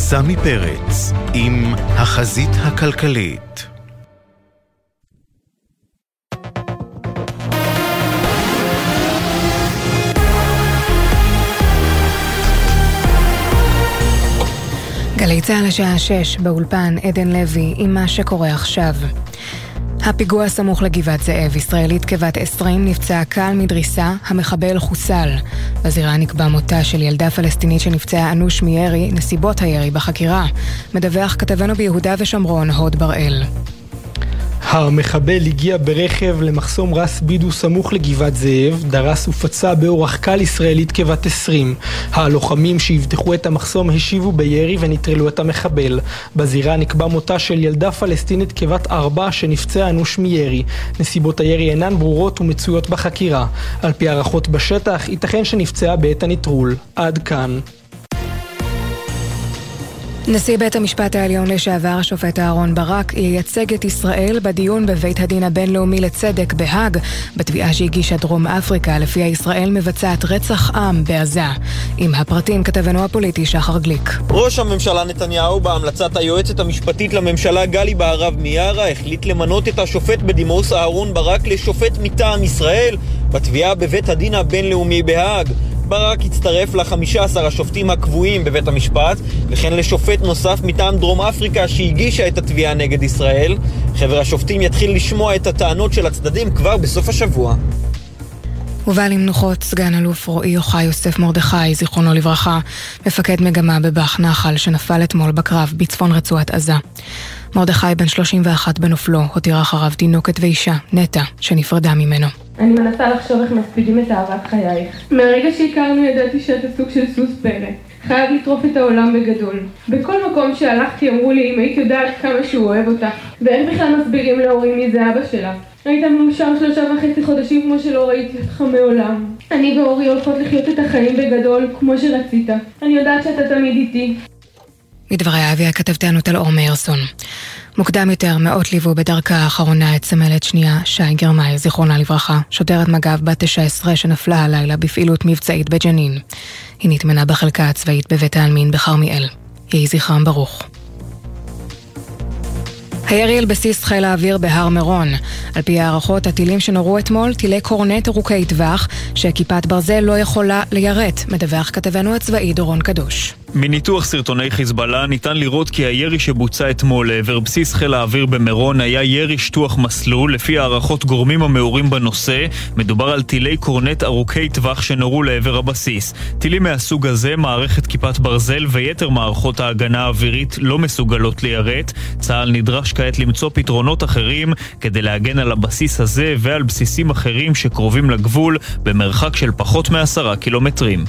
סמי פרץ עם החזית הכלכלית. גלי צהל השעה 6 באולפן עדן לוי עם מה שקורה עכשיו. הפיגוע סמוך לגבעת זאב, ישראלית כבת 20 נפצעה קל מדריסה, המחבל חוסל. בזירה נקבע מותה של ילדה פלסטינית שנפצעה אנוש מירי, נסיבות הירי בחקירה. מדווח כתבנו ביהודה ושומרון הוד בראל. המחבל הגיע ברכב למחסום רס בידו סמוך לגבעת זאב, דרס ופצע באורח קל ישראלית כבת 20. הלוחמים שיבטחו את המחסום השיבו בירי ונטרלו את המחבל. בזירה נקבע מותה של ילדה פלסטינית כבת 4 שנפצעה אנוש מירי. נסיבות הירי אינן ברורות ומצויות בחקירה. על פי הערכות בשטח, ייתכן שנפצעה בעת הנטרול. עד כאן. נשיא בית המשפט העליון לשעבר, השופט אהרון ברק, ייצג את ישראל בדיון בבית הדין הבינלאומי לצדק בהאג, בתביעה שהגישה דרום אפריקה, לפיה ישראל מבצעת רצח עם בעזה. עם הפרטים כתבנו הפוליטי שחר גליק. ראש הממשלה נתניהו, בהמלצת היועצת המשפטית לממשלה גלי בהרב מיארה, החליט למנות את השופט בדימוס אהרון ברק לשופט מטעם ישראל, בתביעה בבית הדין הבינלאומי בהאג. ברק הצטרף ל-15 השופטים הקבועים בבית המשפט, וכן לשופט נוסף מטעם דרום אפריקה שהגישה את התביעה נגד ישראל. חבר השופטים יתחיל לשמוע את הטענות של הצדדים כבר בסוף השבוע. הובא למנוחות סגן אלוף רועי יוחאי יוסף מרדכי, זיכרונו לברכה, מפקד מגמה בבח נחל שנפל אתמול בקרב בצפון רצועת עזה. מרדכי בן 31 בנופלו, הותירה אחריו תינוקת ואישה, נטע, שנפרדה ממנו. אני מנסה לחשוב איך מספידים את אהבת חייך. מהרגע שהכרנו ידעתי שאתה סוג של סוס פרא. חייב לטרוף את העולם בגדול. בכל מקום שהלכתי אמרו לי אם היית יודעת כמה שהוא אוהב אותך. ואיך בכלל מסבירים להורים מי זה אבא שלה. היית מאושר 3.5 חודשים כמו שלא ראיתי אותך מעולם. אני ואורי הולכות לחיות את החיים בגדול כמו שרצית. אני יודעת שאתה תמיד איתי. מדבריה הביאה כתבתנו טל אור מאירסון. מוקדם יותר מאות ליוו בדרכה האחרונה את סמלת שנייה שי גרמאי, זיכרונה לברכה, שוטרת מג"ב בת 19 שנפלה הלילה בפעילות מבצעית בג'נין. היא נטמנה בחלקה הצבאית בבית העלמין בכרמיאל. יהי זכרם ברוך. הירי על בסיס חיל האוויר בהר מירון. על פי הערכות, הטילים שנורו אתמול, טילי קורנט ארוכי טווח, שכיפת ברזל לא יכולה ליירט, מדווח כתבנו הצבאי דורון קדוש. מניתוח סרטוני חיזבאללה ניתן לראות כי הירי שבוצע אתמול לעבר בסיס חיל האוויר במירון היה ירי שטוח מסלול. לפי הערכות גורמים המעורים בנושא, מדובר על טילי קורנט ארוכי טווח שנורו לעבר הבסיס. טילים מהסוג הזה, מערכת כיפת ברזל ויתר מערכות ההגנה האווירית לא מסוגלות ליירט. צה"ל נדרש כעת למצוא פתרונות אחרים כדי להגן על הבסיס הזה ועל בסיסים אחרים שקרובים לגבול במרחק של פחות מ10 קילומטרים.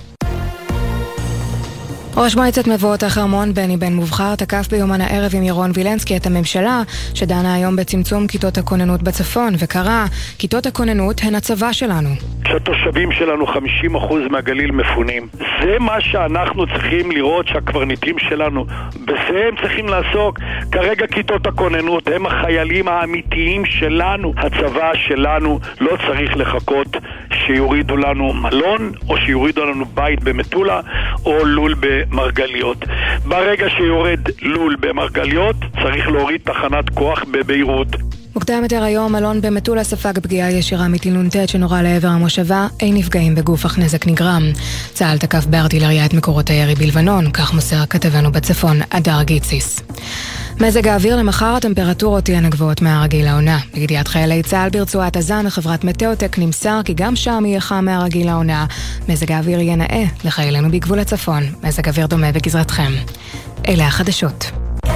ראש מועצת מבואות החרמון בני בן מובחר תקף ביומן הערב עם ירון וילנסקי את הממשלה שדנה היום בצמצום כיתות הכוננות בצפון וקרא, כיתות הכוננות הן הצבא שלנו. שהתושבים שלנו 50% מהגליל מפונים. זה מה שאנחנו צריכים לראות שהקברניטים שלנו, בזה הם צריכים לעסוק. כרגע כיתות הכוננות הם החיילים האמיתיים שלנו. הצבא שלנו לא צריך לחכות שיורידו לנו מלון או שיורידו לנו בית במטולה או לול במרגליות. ברגע שיורד לול במרגליות צריך להוריד תחנת כוח בביירות. מוקדם יותר היום מלון במטולה ספג פגיעה ישירה מטיל נ"ט שנורה לעבר המושבה, אין נפגעים בגוף אך נזק נגרם. צה"ל תקף בארטילריה את מקורות הירי בלבנון, כך מוסר כתבנו בצפון אדר גיציס. מזג האוויר למחר, הטמפרטורות תהיינה גבוהות מהרגיל לעונה. לידיעת חיילי צה"ל ברצועת עזה מחברת מטאוטק נמסר כי גם שם יהיה חם מהרגיל לעונה. מזג האוויר יהיה נאה לחיילינו בגבול הצפון. מזג אוויר דומה בגזרתכם. אלה החדשות.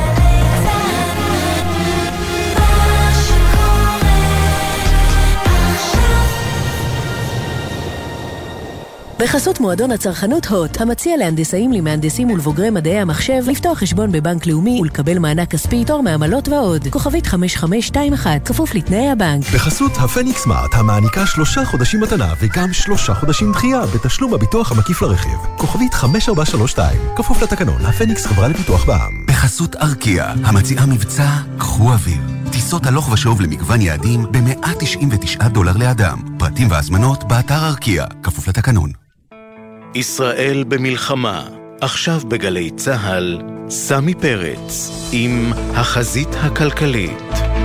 בחסות מועדון הצרכנות הוט, המציע להנדסאים, למהנדסים ולבוגרי מדעי המחשב לפתוח חשבון בבנק לאומי ולקבל מענק כספי, תור מעמלות ועוד. כוכבית 5521, כפוף לתנאי הבנק. בחסות הפניקס סמארט, המעניקה 3 חודשים מתנה וגם 3 חודשים דחייה בתשלום הביטוח המקיף לרכב. כוכבית 5432, כפוף לתקנון, הפניקס חברה לפיתוח בע"מ. בחסות ארקיע, המציעה מבצע קחו אוויר. טיסות הלוך ושוב למגוון יעדים ב$199 לאדם. פרטים והזמנות באתר ארקיע, כפוף לתקנון. ישראל במלחמה. עכשיו בגלי צהל, סמי פרץ עם החזית הכלכלית.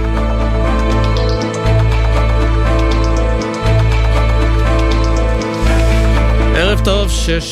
ערב טוב,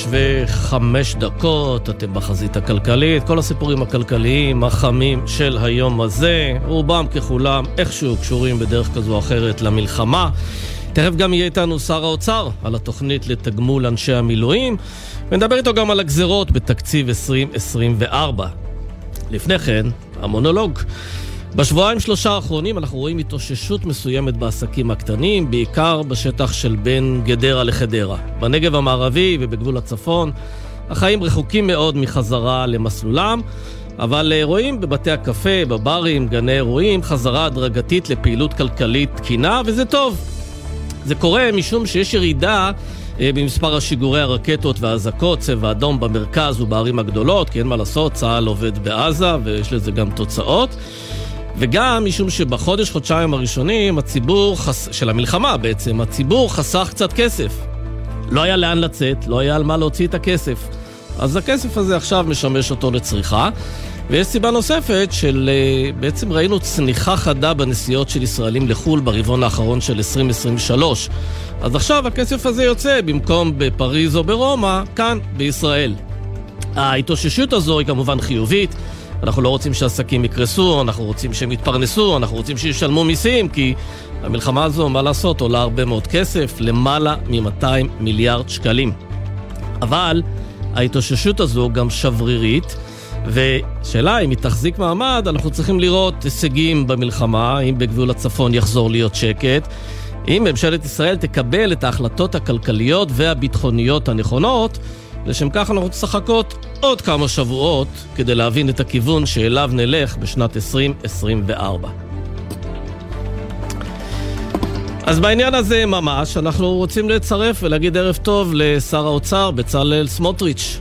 6:05, אתם בחזית הכלכלית. כל הסיפורים הכלכליים החמים של היום הזה, רובם ככולם איכשהו קשורים בדרך כזו או אחרת למלחמה. תכף גם יהיה איתנו שר האוצר על התוכנית לתגמול אנשי המילואים, ונדבר איתו גם על הגזרות בתקציב 2024. לפני כן, המונולוג. בשבועיים שלושה האחרונים אנחנו רואים התאוששות מסוימת בעסקים הקטנים, בעיקר בשטח של בין גדרה לחדרה. בנגב המערבי ובגבול הצפון, החיים רחוקים מאוד מחזרה למסלולם, אבל רואים בבתי הקפה, בברים, גני אירועים, חזרה הדרגתית לפעילות כלכלית תקינה, וזה טוב. זה קורה משום שיש ירידה במספר השיגורי הרקטות והאזעקות, צבע אדום במרכז ובערים הגדולות, כי אין מה לעשות, צה"ל עובד בעזה ויש לזה גם תוצאות. וגם משום חודשיים הראשונים, הציבור של המלחמה בעצם, הציבור חסך קצת כסף. לא היה לאן לצאת, לא היה על מה להוציא את הכסף. אז הכסף הזה עכשיו משמש אותו לצריכה. ויש סיבה נוספת של בעצם ראינו צניחה חדה בנסיעות של ישראלים לחול ברבעון האחרון של 2023. אז עכשיו הכסף הזה יוצא במקום בפריז או ברומא, כאן בישראל. ההתאוששות הזו היא כמובן חיובית. אנחנו לא רוצים שעסקים יקרסו, אנחנו רוצים שהם יתפרנסו, אנחנו רוצים שישלמו מיסים, כי המלחמה הזו, מה לעשות, עולה הרבה מאוד כסף, למעלה מ-200 מיליארד שקלים. אבל ההתאוששות הזו גם שברירית, ושאלה, אם היא תחזיק מעמד, אנחנו צריכים לראות הישגים במלחמה, אם בגבול הצפון יחזור להיות שקט, אם ממשלת ישראל תקבל את ההחלטות הכלכליות והביטחוניות הנכונות, לשם כך אנחנו צריכים לחכות עוד כמה שבועות כדי להבין את הכיוון שאליו נלך בשנת 2024. אז בעניין הזה ממש אנחנו רוצים לצרף ולהגיד ערב טוב לשר האוצר בצלאל סמוטריץ'.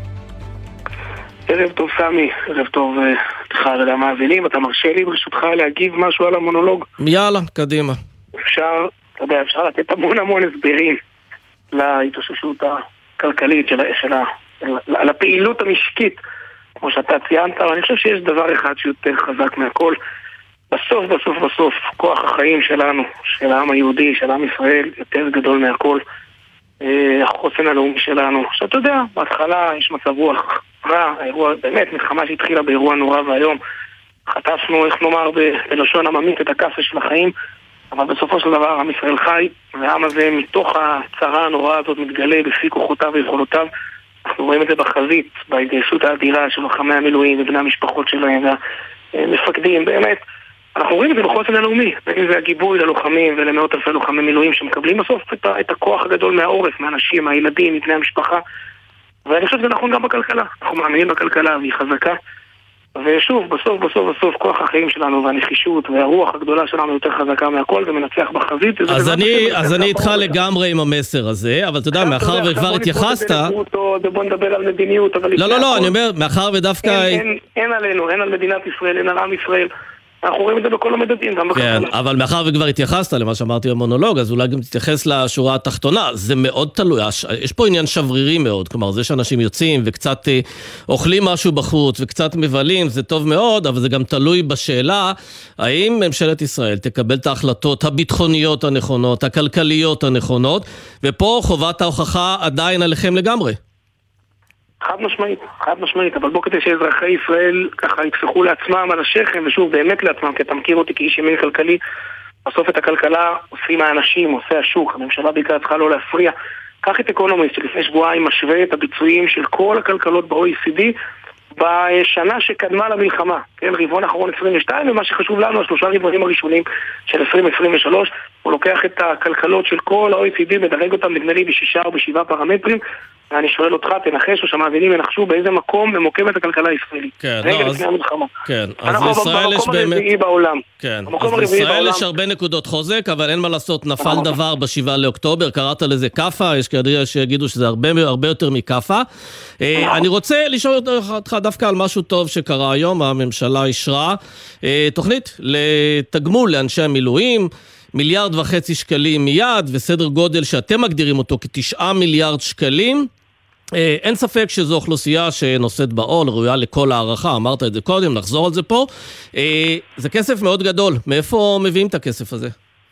ערב טוב סמי, ערב טוב לך ולמאזינים. אתה מרשה לי ברשותך להגיב משהו על המונולוג? יאללה, קדימה. אפשר לתת המון הסברים להתאוששות הכלכלית על הפעילות המשקית, כמו שאתה ציינת, אבל אני חושב שיש דבר אחד שיותר חזק מהכל. בסוף, כוח החיים שלנו, של העם היהודי, של העם ישראל, יותר גדול מהכל. החוסן הלאומי שלנו. שאתה יודע, בהתחלה יש מצב רוח רע, האירוע, באמת, מלחמה שהתחילה באירוע נורא והיום. חטפנו, איך נאמר, בלשון עממית את הכאפה של החיים, אבל בסופו של דבר עם ישראל חי, והעם הזה מתוך הצרה הנוראה הזאת מתגלה בפי כוחותיו ויכולותיו. אנחנו רואים את זה בחזית, בהתגייסות האדירה של לוחמי המילואים ובני המשפחות שלהם והמפקדים, באמת. אנחנו רואים את זה בחוסן הלאומי, בין זה הגיבוי ללוחמים ולמאות אלפי לוחמי מילואים שמקבלים בסוף את הכוח הגדול מהעורף, מהאנשים, מהילדים, מבני המשפחה. ואני חושב שזה נכון גם בכלכלה. אנחנו מאמינים בכלכלה והיא חזקה. ושוב, בסוף, כוח החיים שלנו והנחישות והרוח הגדולה שלנו יותר חזקה מהכל ומנצח בחזית. אז אני איתך לגמרי עם המסר הזה, אבל אתה יודע, מאחר וכבר התייחסת... בוא נדבר על מדיניות, אבל... לא, אני אומר, מאחר ודווקא... אין עלינו, אין על מדינת ישראל, אין על עם ישראל. אנחנו רואים את זה בכל המדדים, גם בכלכלה. כן, אבל מאחר וכבר התייחסת למה שאמרתי במונולוג, אז אולי גם תתייחס לשורה התחתונה. זה מאוד תלוי, יש פה עניין שברירי מאוד, כלומר, זה שאנשים יוצאים וקצת אוכלים משהו בחוץ וקצת מבלים, זה טוב מאוד, אבל זה גם תלוי בשאלה, האם ממשלת ישראל תקבל את ההחלטות הביטחוניות הנכונות, הכלכליות הנכונות, ופה חובת ההוכחה עדיין עליכם לגמרי. חד משמעית, אבל בוא כדי שאזרחי ישראל ככה יפסחו לעצמם על השכם, ושוב באמת לעצמם, כי אתה מכיר אותי כאיש ימין כלכלי, בסוף את הכלכלה עושים האנשים, עושה השוק, הממשלה בעיקר צריכה לא להפריע. קח את אקונומיסט שלפני שבועיים משווה את הביצועים של כל הכלכלות ב-OECD בשנה שקדמה למלחמה, כן, רבעון האחרון 22, ומה שחשוב לנו, השלושה רבעונים הראשונים של 2023, הוא לוקח את הכלכלות של כל ה-OECD, מדרג אותם נדמה לי ב6 או ב7 פרמטרים, ואני שואל אותך, תנחש או שהמאזינים ינחשו באיזה מקום ממוקמת הכלכלה הישראלית. כן, רגע לפני המלחמה. כן, אז לישראל יש באמת... המקום הרביעי בעולם. כן, אז לישראל יש הרבה נקודות חוזק, אבל אין מה לעשות, נפל דבר ב7 לאוקטובר, קראת לזה קפה, יש כנראה שיגידו שזה הרבה יותר מקפה. אני רוצה לשאול אותך דווקא על משהו טוב שקרה היום, הממשלה אישרה תוכנית לתגמול לאנשי המילואים, 1.5 מיליארד שקלים מיד, וסדר גודל שאתם מגדירים אותו כ9 מיליארד שקלים, אין ספק שזו אוכלוסייה שנושאת בעול, ראויה לכל הערכה, אמרת את זה קודם, נחזור על זה פה. זה כסף מאוד גדול, מאיפה מביאים את הכסף הזה?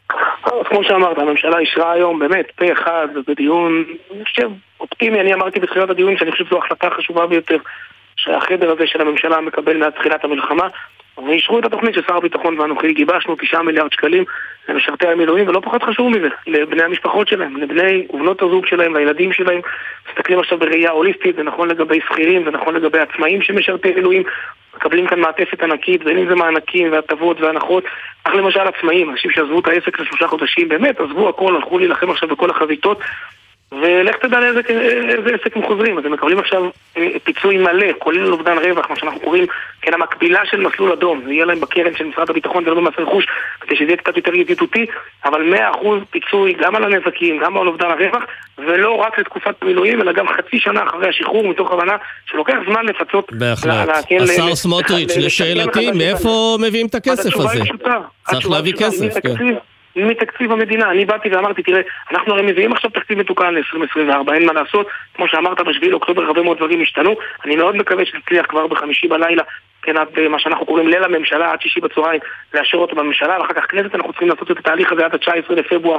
אז כמו שאמרת, הממשלה אישרה היום באמת פה אחד, בדיון, אני חושב, אופטימי, אני אמרתי בתחילת הדיון שאני חושב שזו החלטה חשובה ביותר, שהחדר הזה של הממשלה מקבל מתחילת המלחמה, ואישרו את התוכנית של שר הביטחון ואנוכי, גיבשנו 9 מיליארד שקלים למשרתי המילואים, ולא פחות חשוב מזה, לבני המשפחות שלהם, לבני ובנות הזוג שלהם, לילדים שלהם. מסתכלים עכשיו בראייה הוליסטית, זה נכון לגבי שכירים, זה נכון לגבי עצמאים שמשרתי מילואים, מקבלים כאן מעטפת ענקית, בין אם זה מענקים והטבות והנחות, אך למשל עצמאים, אנשים שעזבו את העסק ל3 חודשים, באמת עזבו הכל, הלכו להילחם עכשיו בכל החזיתות, ולך תדע לאיזה עסק מחוזרים. אז הם מקבלים עכשיו פיצוי מלא, כולל אובדן רווח, מה שאנחנו קוראים כן המקבילה של מסלול אדום. זה יהיה להם בקרן של משרד הביטחון, זה לא במס רכוש, כדי שזה יהיה קצת יותר ידידותי, אבל 100% פיצוי גם על הנזקים, גם על אובדן הרווח, ולא רק לתקופת מילואים, אלא גם חצי שנה אחרי השחרור, מתוך הבנה שלוקח זמן לפצות. בהחלט. השר סמוטריץ', לשאלתי, מאיפה מביאים את הכסף הזה? צריך להביא כסף, כן. מתקציב המדינה. אני באתי ואמרתי, תראה, אנחנו הרי מביאים עכשיו תקציב מתוקן ל-2024, אין מה לעשות, כמו שאמרת, ב7 לאוקטובר הרבה מאוד דברים השתנו, אני מאוד מקווה שנצליח כבר ב5 בלילה, כן, עד מה שאנחנו קוראים ליל הממשלה, עד 6 בצהריים, לאשר אותו בממשלה, ואחר כך כנסת, אנחנו צריכים לעשות את התהליך הזה עד 19 לפברואר,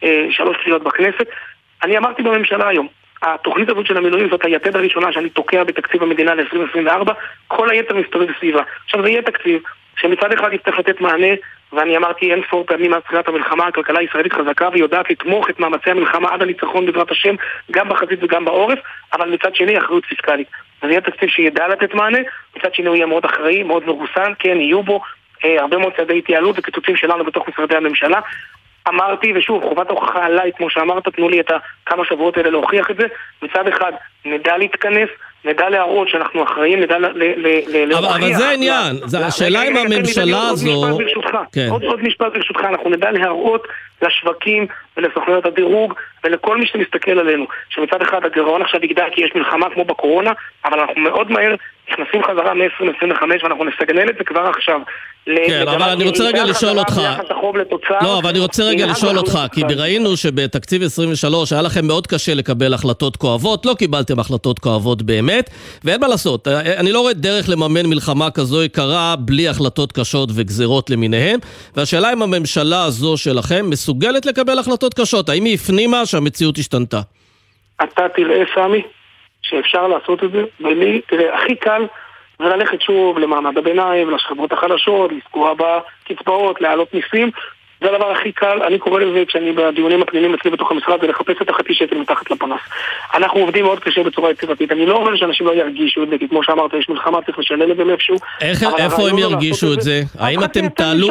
3 קריאות בכנסת. אני אמרתי בממשלה היום, התוכנית הזאת של המילואים זאת היתד הראשונה שאני תוקע בתקציב המדינה ל-2024, כל היתר מסתובב סביבה. עכשיו זה יהיה תקציב שמצד אחד יצטרך לתת מענה, ואני אמרתי אין ספור פעמים מאז תחילת המלחמה, הכלכלה הישראלית חזקה ויודעת לתמוך את מאמצי המלחמה עד הניצחון בעזרת השם, גם בחזית וגם בעורף, אבל מצד שני אחריות פיסקלית. אז יהיה תקציב שידע לתת מענה, מצד שני הוא יהיה מאוד אחראי, מאוד מרוסן, כן, יהיו בו הרבה מאוד צעדי התייעלות וקיצוצים שלנו בתוך משרדי הממשלה. אמרתי, ושוב, חובת ההוכחה עליי, כמו שאמרת, תנו לי את כמה שבועות האלה להוכיח את זה. מצד אחד, נדע להתכנס, נדע להראות שאנחנו אחראים, נדע להוכיח. אבל זה העניין, השאלה אם הממשלה הזו... עוד משפט ברשותך, אנחנו נדע להראות לשווקים ולסוכנויות הדירוג ולכל מי שמסתכל עלינו, שמצד אחד הגירעון עכשיו יגדל כי יש מלחמה כמו בקורונה, אבל אנחנו מאוד מהר נכנסים חזרה מ-2025 ואנחנו נסגנל את זה כבר עכשיו. כן, אבל אני רוצה רגע לשאול אותך. לא, אבל אני רוצה רגע לשאול אותך, כי ראינו שבתקציב 23 היה לכם מאוד קשה לקבל החלטות כואבות, לא קיבלתם החלטות כואבות באמת, ואין מה לעשות, אני לא רואה דרך לממן מלחמה כזו יקרה בלי החלטות קשות וגזרות למיניהם, והשאלה אם הממשלה הזו שלכם מסוגלת לקבל החלטות קשות, האם היא הפנימה שהמציאות השתנתה? אתה תראה סמי שאפשר לעשות את זה, ולי, תראה, הכי קל זה ללכת שוב למעמד הביניים, לשכבות החלשות, לפגוע בקצבאות, להעלות מיסים, זה הדבר הכי קל, אני קורא לזה כשאני בדיונים הפנימיים אצלי בתוך המשרד, זה לחפש את החצי שקל מתחת לפנס. אנחנו עובדים מאוד קשה בצורה יצירתית, אני לא אומר שאנשים לא ירגישו את זה, כי כמו שאמרת, יש מלחמה, צריך לשלם את זה מאיפשהו. איפה הם ירגישו את זה? האם אתם תעלו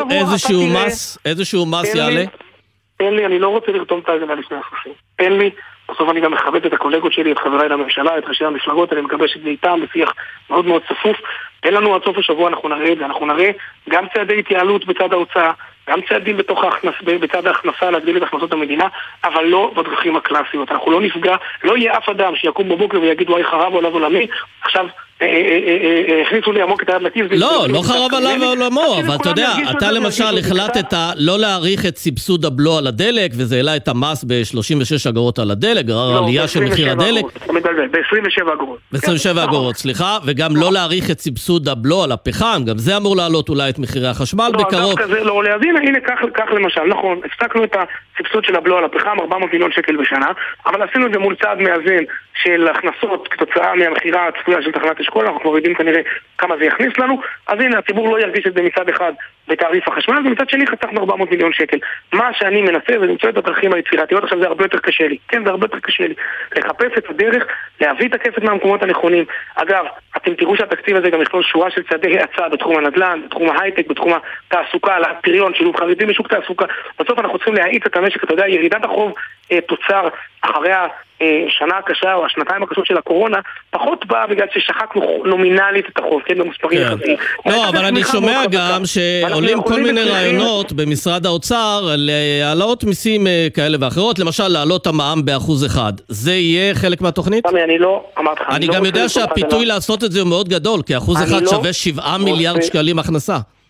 איזשהו מס יעלה? תן לי, אני לא רוצה לרתום את ההגנה לפני הסופים. תן לי, בסוף אני גם מכבד את הקולגות שלי, את חבריי לממשלה, את ראשי המפלגות, אני מקווה שזה איתם בשיח מאוד מאוד צפוף. תן לנו עד סוף השבוע, אנחנו נראה את זה, אנחנו נראה גם צעדי התייעלות בצד ההוצאה, גם צעדים בצד ההכנסה להגדיל את הכנסות המדינה, אבל לא בדרכים הקלאסיות. אנחנו לא נפגע, לא יהיה אף אדם שיקום בבוקר ויגיד וואי חרב עליו עולמי, עכשיו הכניסו לי עמוק את היד לכיס. לא חרב עליו עולמו, אבל אתה יודע, אתה למשל החלטת לא להעריך את סבסוד הבלו על הדלק, וזה העלה את המס ב-36 אגורות על הדלק, גרר עלייה של מחיר הדלק. ב-27 אגורות. ב-27 אגורות, סליחה, וגם לא להעריך את סבסוד הבלו על הפחם, גם זה אמור לעלות אולי את מחירי החשמל בקרוב. הנה, כך למשל, נכון, הפסקנו את הסבסוד של הבלו על הפחם, 400 מיליון שקל בשנה, אבל עשינו את זה מול צעד מאזן של הכנסות כתוצאה מהמחירה הצפויה של תחנת אשכול, אנחנו כבר יודעים כנראה כמה זה יכניס לנו, אז הנה, הציבור לא ירגיש את זה מצד אחד בתעריף החשמל, ומצד שני חסכנו 400 מיליון שקל. מה שאני מנסה זה למצוא את הדרכים היצירתיות, עכשיו זה הרבה יותר קשה לי, כן, זה הרבה יותר קשה לי, לחפש את הדרך, להביא את הכסף מהמקומות הנכונים. אגב, אתם תראו שהתקציב הזה גם יכלול שורה של צעדי האצה בתחום הנדל"ן, בתחום ההייטק, בתחום התעסוקה, הפריון, שילוב חרדים בשוק תעסוקה. בסוף אנחנו צריכים להאיץ את המשק, אתה יודע, ירידת החוב תוצר אחרי השנה הקשה או השנתיים הקשות של הקורונה, פחות באה בגלל ששחקנו נומינלית את החוב, כן, במספרים יחסיים. לא, אבל אני שומע גם שעולים כל מיני רעיונות במשרד האוצר על העלאות מיסים כאלה ואחרות, למשל להעלות המע"מ ב1%. זה יהיה חלק מהתוכנית? אני לא אמרתי לך. אני גם יודע שהפיתוי לעשות את זה הוא מאוד גדול, כי 1% שווה 7 מיליארד שקלים הכנסה.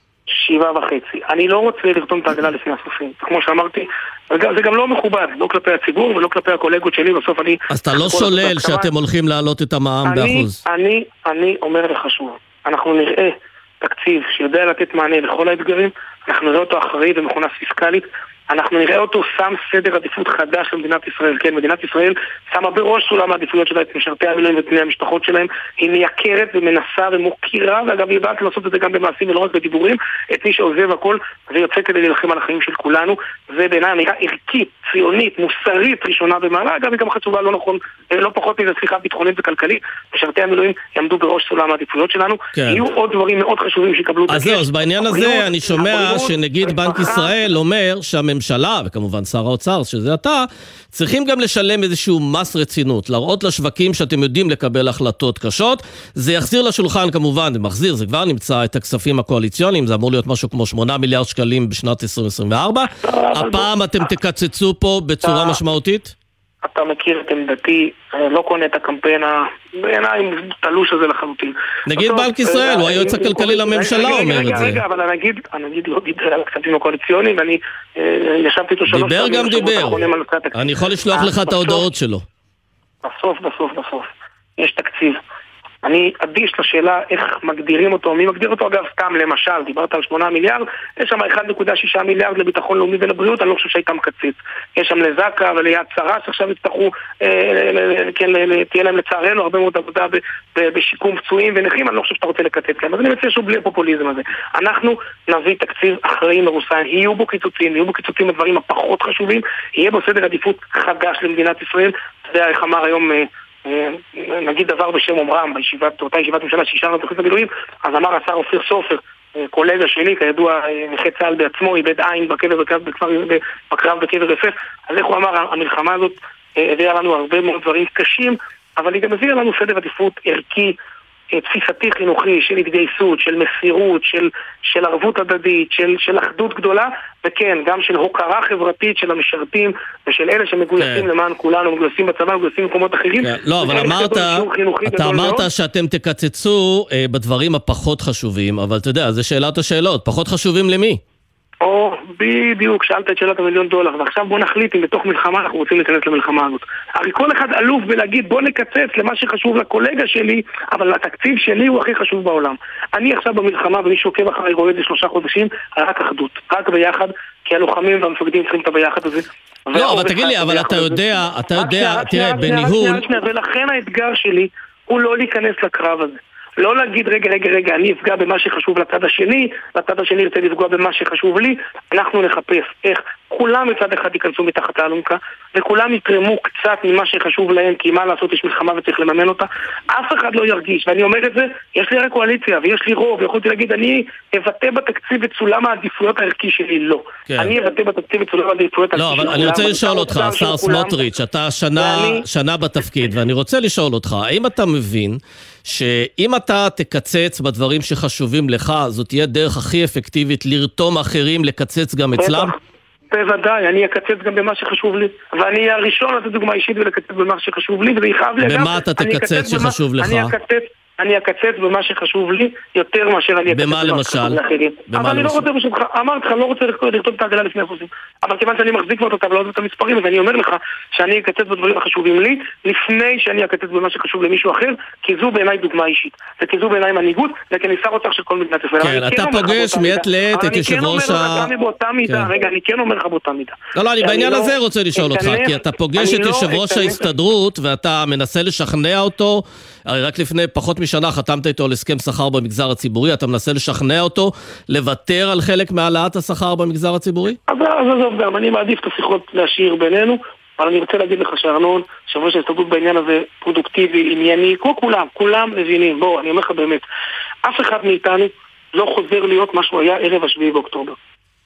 7.5. אני לא רוצה לרתום את העגלה לפני הסופים. כמו שאמרתי, זה גם לא מכובד, לא כלפי הציבור ולא כלפי הקולגות שלי, בסוף אני... אז אתה לא שולל שאתם הולכים להעלות את המע"מ באחוז. אני אומר לך שוב, אנחנו נראה תקציב שיודע לתת מענה לכל האתגרים, אנחנו נראה אותו אחראי ומכונה פיסקלית, אנחנו נראה אותו שם סדר עדיפות חדש למדינת ישראל. כן, מדינת ישראל שמה בראש סולם העדיפויות שלה את משרתי המילואים ואת בני המשפחות שלהם. היא מייקרת ומנסה ומוקירה, ואגב היא באה לעשות את זה גם במעשים ולא רק בדיבורים, את מי שעוזב הכל ויוצא כדי להילחם על החיים של כולנו. זה בעיניי אמירה ערכית, ציונית, מוסרית ראשונה במעלה. אגב היא גם חשובה, לא נכון, לא פחות מזה, סליחה, ביטחונית וכלכלית. משרתי המילואים יעמדו בראש סולם העדיפויות שלנו. יהיו עוד דברים מאוד חשובים שיקבלו. אז זהו, אז בעניין הזה אני שומע שנגיד בנק ישראל אומר שהממשלה, וכמובן שר האוצר, שזה אתה, צריכים גם לשלם איזשהו מס רצינות, להראות לשווקים שאתם יודעים לקבל החלטות קשות. זה יחזיר לשולחן כמובן, זה מחזיר, זה כבר נמצא את הכספים הקואליציוניים, זה אמור להיות משהו כמו 8 מיליארד שקלים בשנת 2024. הפעם אתם תקצצו פה בצורה משמעותית? אתה מכיר את עמדתי, לא קונה את הקמפיין בעיניי תלוש הזה לחלוטין. נגיד בנק ישראל, הוא היועץ הכלכלי לממשלה אומר את זה. רגע, אבל הנגיד לא דיבר על הכספים הקואליציוניים, ואני ישבתי איתו 3 דיבר גם דיבר. אני יכול לשלוח לך את ההודעות שלו. בסוף. יש תקציב. אני אדיש לשאלה איך מגדירים אותו, מי מגדיר אותו. אגב, סתם למשל, דיברת על 8 מיליארד, יש שם 1.6 מיליארד לביטחון לאומי ולבריאות, אני לא חושב שהייתה מקצץ. יש שם לזקה וליד שרה שעכשיו יצטרכו, תהיה להם לצערנו הרבה מאוד עבודה בשיקום פצועים ונכים, אני לא חושב שאתה רוצה לקצץ כאן, אז אני מציע שהוא בלי הפופוליזם הזה. אנחנו נביא תקציב אחראי מרוסן, יהיו בו קיצוצים בדברים הפחות חשובים, יהיה בו סדר עדיפות חדש למדינת ישראל. אתה יודע איך אמר היום נגיד דבר בשם אומרם, באותה ישיבת ממשלה שאישרנו תוכנית המילואים, אז אמר השר אופיר סופר, קולגה שלי, כידוע נכה צה"ל בעצמו, איבד עין בקרב בקבר יוסף, אז איך הוא אמר, המלחמה הזאת הביאה לנו הרבה מאוד דברים קשים, אבל היא גם הביאה לנו סדר עדיפות ערכי, תפיסתי חינוכי, של התגייסות, של מסירות, של ערבות הדדית, של אחדות גדולה, וכן, גם של הוקרה חברתית של המשרתים ושל אלה שמגויסים למען כולנו, מגויסים בצבא, מגויסים במקומות אחרים. לא, אבל אתה אמרת שאתם תקצצו בדברים הפחות חשובים, אבל אתה יודע, זה שאלת השאלות, פחות חשובים למי? בדיוק, שאלת את שאלת $1 מיליון, ועכשיו בוא נחליט אם בתוך מלחמה אנחנו רוצים להיכנס למלחמה הזאת. הרי כל אחד אלוף בלהגיד בוא נקצץ למה שחשוב לקולגה שלי, אבל התקציב שלי הוא הכי חשוב בעולם. אני עכשיו במלחמה, ומי שעוקב אחרי רואה את זה 3 חודשים, רק אחדות, רק ביחד, כי הלוחמים והמפקדים צריכים את הביחד הזה. לא, אבל תגיד לי, אבל אתה יודע, תראה, בניהול... ולכן האתגר שלי הוא לא להיכנס לקרב הזה. לא להגיד רגע, אני אפגע במה שחשוב לצד השני ירצה לפגוע במה שחשוב לי. אנחנו נחפש איך כולם מצד אחד ייכנסו מתחת לאלונקה, וכולם יתרמו קצת ממה שחשוב להם, כי מה לעשות, יש מלחמה וצריך לממן אותה. אף אחד לא ירגיש, ואני אומר את זה, יש לי הרי קואליציה ויש לי רוב, ויכולתי להגיד, אני אבטא בתקציב את סולם העדיפויות הערכי שלי, לא. אני אבטא בתקציב את סולם העדיפויות הערכי שלי. לא, אבל אני רוצה לשאול אותך, השר סמוטריץ', אתה שנה בתפקיד, ואני רוצה לשאול אותך, האם אתה מבין שאם אתה תקצץ בדברים שחשובים לך, זאת תהיה דרך הכי אפקטיבית לרתום אחרים לקצץ גם אצלם? בוודאי, אני אקצץ גם במה שחשוב לי, ואני אהיה הראשון לתת דוגמה אישית ולקצץ במה שחשוב לי, וזה יכאב לי. במה אתה תקצץ שחשוב לך? אני אקצץ במה שחשוב לי יותר מאשר אני אקצץ במה למשל? אבל אני לא רוצה בשבילך, אמרתי לך, לא רוצה לרתום את העגלה לפני החוזים, אבל כיוון שאני מחזיק כבר את הטבלאות ואת המספרים, אז אני אומר לך שאני אקצץ בדברים החשובים לי לפני שאני אקצץ במה שחשוב למישהו אחר, כי זו בעיניי דוגמה אישית, וכי זו בעיניי מנהיגות, וכי אני שר אותך של כל מדינת ישראל. כן, אתה פוגש מעת לעת את יושב ראש רגע, אני כן אומר לך באותה מידה. לא, אני בעניין הזה רוצה לשאול אותך, כי אתה פוגש את יושב ראש ההסתדרות ואתה מנסה לשכנע אותו, הרי רק לפני פחות משנה חתמת איתו על הסכם שכר במגזר הציבורי, אתה מנסה לשכנע אותו לוותר על חלק מהעלאת השכר במגזר הציבורי? אז עזוב גם, אני מעדיף את השיחות להשאיר בינינו, אבל אני רוצה להגיד לך שארנון, שבוע שההסתדרות בעניין הזה פרודוקטיבי, ענייני, כולם מבינים, בוא, אני אומר לך באמת, אף אחד מאיתנו לא חוזר להיות מה שהוא היה ערב 7 באוקטובר.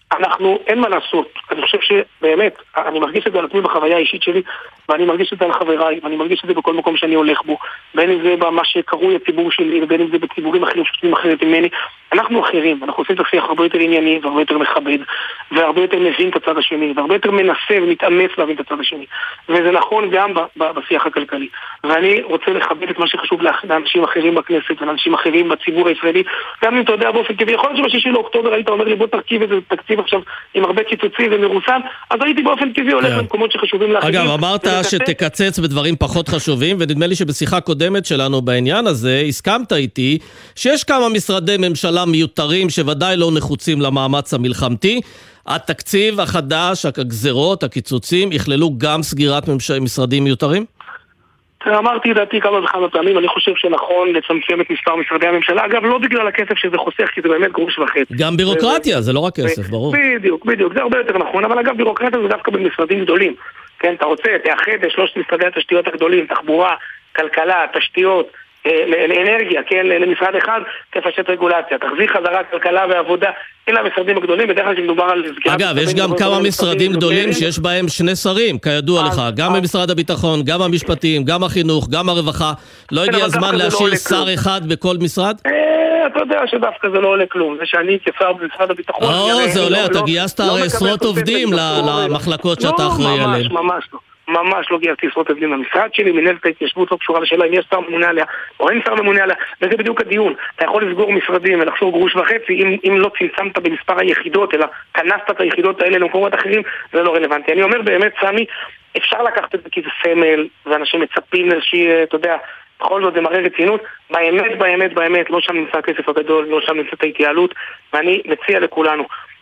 אין מה לעשות. אני חושב שבאמת, אני מרגיש את זה על עצמי בחוויה האישית שלי, ואני מרגיש את זה על חבריי, ואני מרגיש את זה בכל מקום שאני הולך בו, בין אם זה במה שקרוי הציבור שלי, ובין אם זה בציבורים אחרים שחושבים אחרת ממני. אנחנו אחרים, אנחנו עושים את השיח הרבה יותר ענייני והרבה יותר מכבד, והרבה יותר מבין את הצד השני, והרבה יותר מנסה ומתאמץ להבין את הצד השני. וזה נכון גם בשיח הכלכלי. ואני רוצה לכבד את מה שחשוב לאנשים אחרים בכנסת ולאנשים אחרים בציבור הישראלי, גם אם אתה יודע באופן טבעי, יכול להיות שבשישי לאוקטובר היית אומר לי בוא תרכיב איזה תקציב עכשיו עם הרבה קיצוצים ומרוסן, אז הייתי באופן טבעי הולך למקומות שחשובים לאחרים. אגב, אמרת שתקצץ בדברים פחות חשובים, ונדמה לי שבשיחה קודמת שלנו בעניין הזה, הסכמת איתי שיש כמה משרדי ממשלה מיותרים שוודאי לא נחוצים למאמץ המלחמתי. התקציב החדש, הגזרות, הקיצוצים, יכללו גם סגירת משרדים מיותרים? אמרתי דעתי כמה וכמה פעמים, אני חושב שנכון לצמצם את מספר משרדי הממשלה, אגב לא בגלל הכסף שזה חוסך, כי זה באמת גרוש וחצי. גם בירוקרטיה, זה לא רק כסף, ברור. בדיוק, זה הרבה יותר נכון, אבל אגב בירוקרטיה זה דווקא במשרדים גדולים. כן, אתה רוצה, תאחד שלושת משרדי התשתיות הגדולים, תחבורה, כלכלה, תשתיות, לאנרגיה, כן, למשרד אחד, תפשט רגולציה, תחזיר חזרה כלכלה ועבודה, אלה המשרדים הגדולים, בדרך כלל שמדובר על סגירת... אגב, יש גם כמה משרדים גדולים שיש בהם שני שרים, כידוע לך, גם במשרד הביטחון, גם המשפטים, גם החינוך, גם הרווחה. לא הגיע הזמן להשאיר שר אחד בכל משרד? אתה יודע שדווקא זה לא עולה כלום, זה שאני כשר במשרד הביטחון... זה עולה, אתה גייסת עשרות עובדים למחלקות שאתה אחראי עליהם. ממש לא גייסתי עשרות עובדים למשרד שלי, מנהלת ההתיישבות לא קשורה לשאלה אם יש שר ממונה עליה או אין שר ממונה עליה, וזה בדיוק הדיון. אתה יכול לסגור משרדים ולחשור גרוש וחצי אם לא צמצמת במספר היחידות, אלא כנסת את היחידות האלה למקומות אחרים, זה לא רלוונטי. אני אומר באמת, סמי, אפשר לקחת את זה כי זה סמל, ואנשים מצפים לאיזושהי, אתה יודע, בכל זאת זה מראה רצינות. באמת, לא שם נמצא הכסף הגדול, לא שם נמצא ההתייעלות, ואני מציע לכולנו.